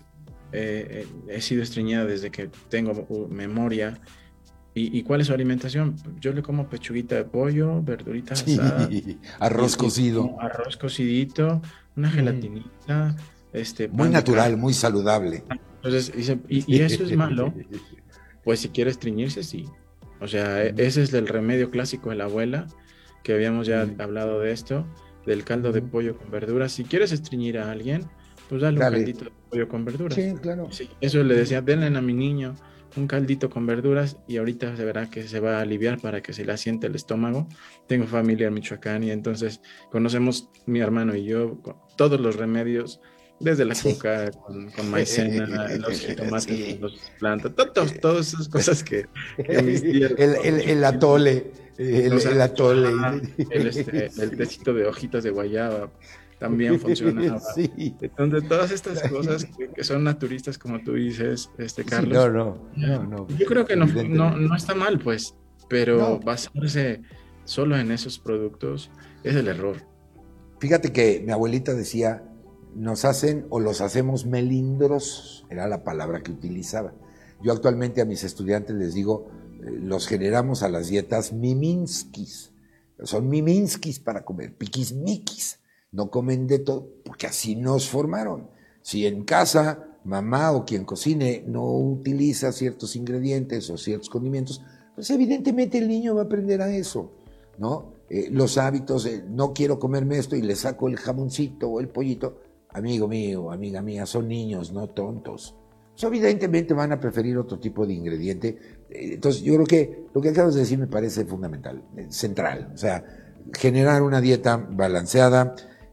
eh, he sido estreñida desde que tengo uh, memoria. ¿Y, ¿Y cuál es su alimentación? Yo le como pechuguita de pollo, verdurita asada, sí, arroz y, cocido. Arroz cocidito, una gelatinita. Este, muy natural, muy saludable. Entonces, dice, y, y eso es malo. Pues si quiere estreñirse, sí. O sea, mm. ese es el remedio clásico de la abuela, que habíamos ya mm. hablado de esto, del caldo mm. de pollo con verduras. Si quieres estreñir a alguien, pues dale, dale un caldito de pollo con verduras. Sí, claro. Sí, eso le decía, denle a mi niño un caldito con verduras y ahorita se verá que se va a aliviar para que se le asiente el estómago. Tengo familia en Michoacán y entonces conocemos, mi hermano y yo, todos los remedios, desde la sí. coca con, con maicena, los jitomates, sí. los plantas, todos, todas esas cosas que, que mis tías... El, el, el atole, el, o sea, el atole. El, este, el tecito de hojitas de guayaba también funcionaba. Sí. Entonces, todas estas cosas que, que son naturistas, como tú dices, este Carlos. Sí, no, no, no, no. Yo creo que no, no, no está mal, pues, pero no. basarse solo en esos productos es el error. Fíjate que mi abuelita decía, nos hacen o los hacemos melindrosos, era la palabra que utilizaba. Yo actualmente a mis estudiantes les digo, eh, los generamos a las dietas miminskis. Son miminskis para comer, piquismiquis. No comen de todo, porque así nos formaron. Si en casa, mamá o quien cocine no utiliza ciertos ingredientes o ciertos condimentos, pues evidentemente el niño va a aprender a eso, ¿no? Eh, los hábitos, eh, no quiero comerme esto y le saco el jamoncito o el pollito. Amigo mío, amiga mía, son niños, no tontos. Pues evidentemente van a preferir otro tipo de ingrediente. Eh, entonces yo creo que lo que acabas de decir me parece fundamental, eh, central. O sea, generar una dieta balanceada,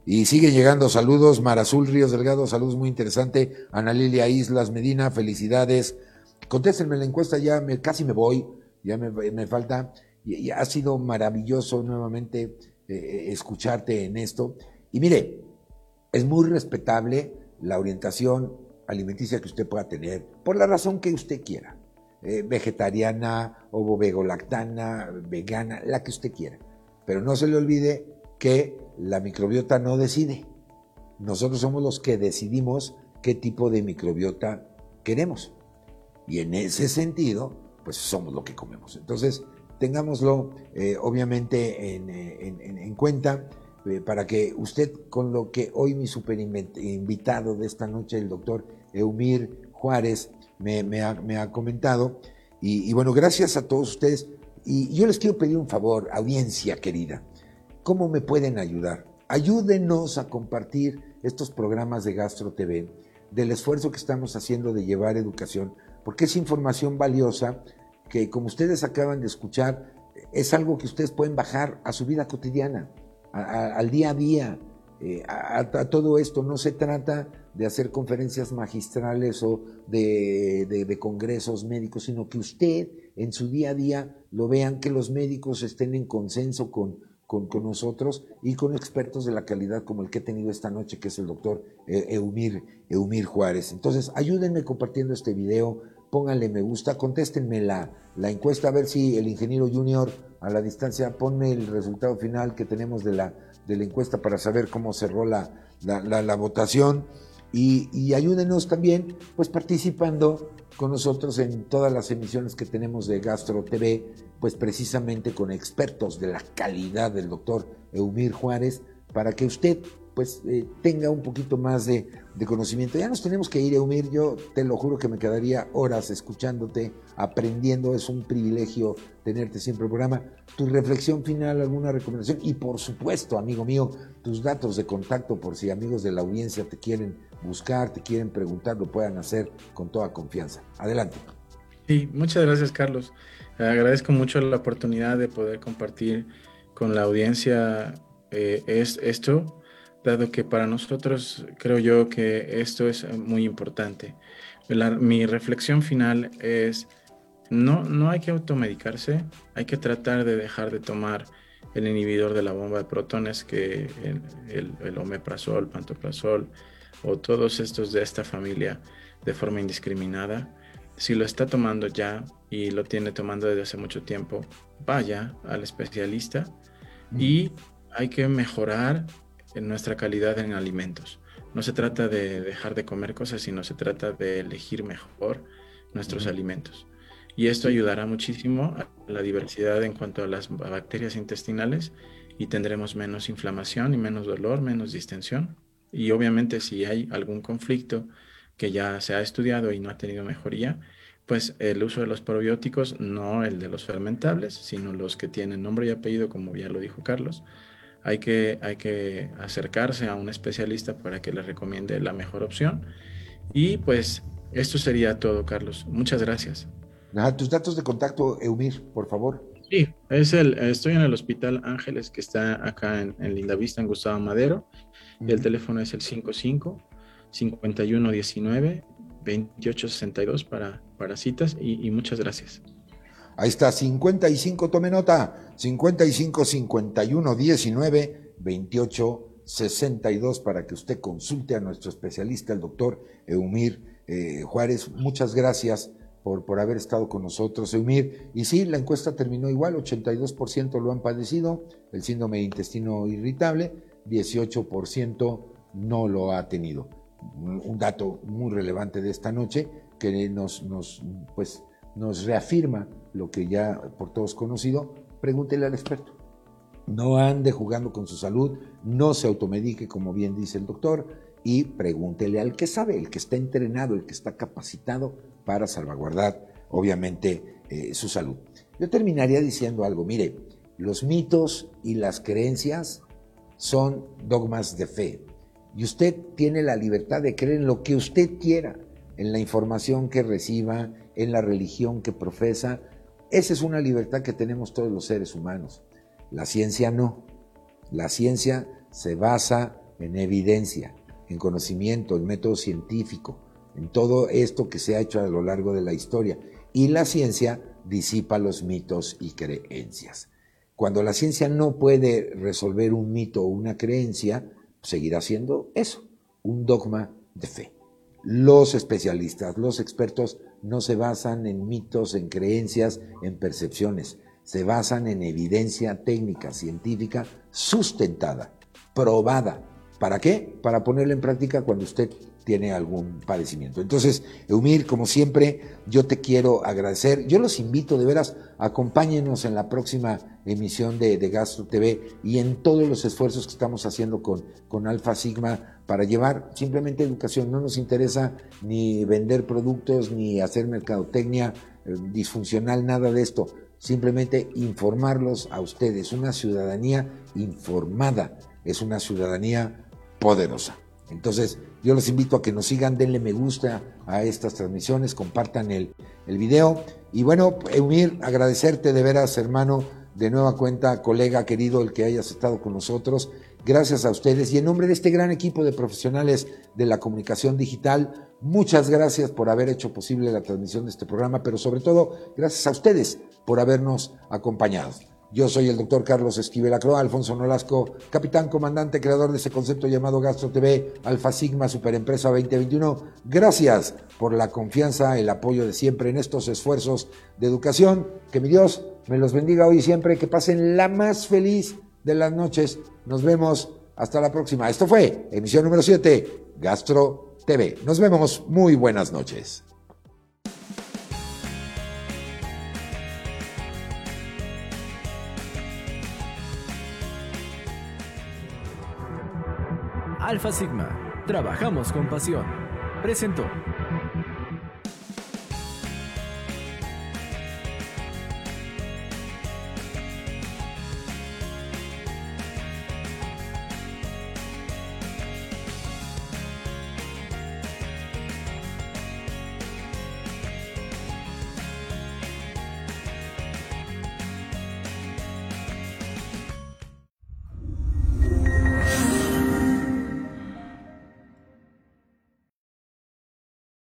Y siguen llegando saludos. Marazul Ríos Delgado, saludos, muy interesante. Ana Lilia Islas Medina, felicidades. Contéstenme la encuesta, ya me, casi me voy, ya me, me falta. Y, y ha sido maravilloso nuevamente eh, escucharte en esto. Y mire, es muy respetable la orientación alimenticia que usted pueda tener, por la razón que usted quiera. Eh, vegetariana, ovo-vego-lactana, vegana, la que usted quiera. Pero no se le olvide que la microbiota no decide. Nosotros somos los que decidimos qué tipo de microbiota queremos. Y en ese sentido, pues somos lo que comemos. Entonces, tengámoslo eh, obviamente en, en, en, en cuenta eh, para que usted, con lo que hoy mi super invitado de esta noche, el doctor Eumir Juárez, me, me, ha, me ha comentado. Y, y bueno, gracias a todos ustedes. Y yo les quiero pedir un favor, audiencia querida. ¿Cómo me pueden ayudar? Ayúdenos a compartir estos programas de Gastro T V, del esfuerzo que estamos haciendo de llevar educación, porque es información valiosa que, como ustedes acaban de escuchar, es algo que ustedes pueden bajar a su vida cotidiana, a, a, al día a día, eh, a, a todo esto. No se trata de hacer conferencias magistrales o de, de, de congresos médicos, sino que usted en su día a día lo vean, que los médicos estén en consenso con Con, con nosotros y con expertos de la calidad como el que he tenido esta noche, que es el doctor Eumir, Eumir Juárez. Entonces, ayúdenme compartiendo este video, pónganle me gusta, contéstenme la, la encuesta, a ver si el ingeniero Junior a la distancia pone el resultado final que tenemos de la, de la encuesta para saber cómo cerró la, la, la, la votación. Y, y ayúdenos también pues participando con nosotros en todas las emisiones que tenemos de Gastro T V, pues precisamente con expertos de la calidad del doctor Eumir Juárez, para que usted pues eh, tenga un poquito más de, de conocimiento. Ya nos tenemos que ir, Eumir, yo te lo juro que me quedaría horas escuchándote, aprendiendo, es un privilegio tenerte siempre en el programa. Tu reflexión final, alguna recomendación y por supuesto, amigo mío, tus datos de contacto por si amigos de la audiencia te quieren buscar, te quieren preguntar, lo puedan hacer con toda confianza. Adelante. Sí, muchas gracias, Carlos. Agradezco mucho la oportunidad de poder compartir con la audiencia eh, es, esto, dado que para nosotros creo yo que esto es muy importante. La, mi reflexión final es, no, no hay que automedicarse, hay que tratar de dejar de tomar el inhibidor de la bomba de protones, que el, el, el omeprazol, pantoprazol o todos estos de esta familia de forma indiscriminada. Si lo está tomando ya y lo tiene tomando desde hace mucho tiempo, vaya al especialista y hay que mejorar en nuestra calidad en alimentos. No se trata de dejar de comer cosas, sino se trata de elegir mejor nuestros alimentos. Y esto ayudará muchísimo a la diversidad en cuanto a las bacterias intestinales y tendremos menos inflamación y menos dolor, menos distensión. Y obviamente si hay algún conflicto que ya se ha estudiado y no ha tenido mejoría, pues el uso de los probióticos, no el de los fermentables, sino los que tienen nombre y apellido, como ya lo dijo Carlos, hay que, hay que acercarse a un especialista para que le recomiende la mejor opción. Y pues esto sería todo, Carlos. Muchas gracias. Nada, tus datos de contacto, Eumir, por favor. Sí, es el, estoy en el Hospital Ángeles, que está acá en, en Lindavista, en Gustavo Madero, uh-huh. Y el teléfono es el cincuenta y cinco, cincuenta y uno diecinueve, veintiocho sesenta y dos para, para citas y, y muchas gracias. Ahí está, cincuenta y cinco, tome nota, cincuenta y cinco, cincuenta y uno diecinueve, veintiocho sesenta y dos para que usted consulte a nuestro especialista, el doctor Eumir eh, Juárez. Muchas gracias por, por haber estado con nosotros, Eumir. Y sí, la encuesta terminó igual, ochenta y dos por ciento lo han padecido, el síndrome de intestino irritable, dieciocho por ciento no lo ha tenido. Un dato muy relevante de esta noche que nos, nos, pues, nos reafirma lo que ya por todos conocido. Pregúntele al experto. No ande jugando con su salud, no se automedique, como bien dice el doctor, y pregúntele al que sabe, el que está entrenado, el que está capacitado para salvaguardar, obviamente, eh, su salud. Yo terminaría diciendo algo. Mire, los mitos y las creencias son dogmas de fe. Y usted tiene la libertad de creer en lo que usted quiera, en la información que reciba, en la religión que profesa. Esa es una libertad que tenemos todos los seres humanos. La ciencia no. La ciencia se basa en evidencia, en conocimiento, en método científico, en todo esto que se ha hecho a lo largo de la historia. Y la ciencia disipa los mitos y creencias. Cuando la ciencia no puede resolver un mito o una creencia, seguirá siendo eso, un dogma de fe. Los especialistas, los expertos no se basan en mitos, en creencias, en percepciones, se basan en evidencia técnica, científica, sustentada, probada. ¿Para qué? Para ponerla en práctica cuando usted tiene algún padecimiento. Entonces, Eumir, como siempre, yo te quiero agradecer. Yo los invito, de veras, acompáñenos en la próxima emisión de, de Gastro T V y en todos los esfuerzos que estamos haciendo con, con Alfa Sigma para llevar simplemente educación. No nos interesa ni vender productos, ni hacer mercadotecnia eh, disfuncional, nada de esto. Simplemente informarlos a ustedes. Una ciudadanía informada es una ciudadanía poderosa. Entonces, yo los invito a que nos sigan, denle me gusta a estas transmisiones, compartan el, el video. Y bueno, Eumir, agradecerte de veras, hermano, de nueva cuenta, colega querido, el que hayas estado con nosotros. Gracias a ustedes y en nombre de este gran equipo de profesionales de la comunicación digital, muchas gracias por haber hecho posible la transmisión de este programa, pero sobre todo, gracias a ustedes por habernos acompañado. Yo soy el doctor Carlos Esquivel Acroa, Alfonso Nolasco, capitán, comandante, creador de ese concepto llamado Gastro T V, Alfa Sigma, Superempresa veinte veintiuno. Gracias por la confianza, el apoyo de siempre en estos esfuerzos de educación. Que mi Dios me los bendiga hoy y siempre, que pasen la más feliz de las noches. Nos vemos hasta la próxima. Esto fue emisión número siete, Gastro T V. Nos vemos, muy buenas noches. Alfa Sigma, trabajamos con pasión. Presentó.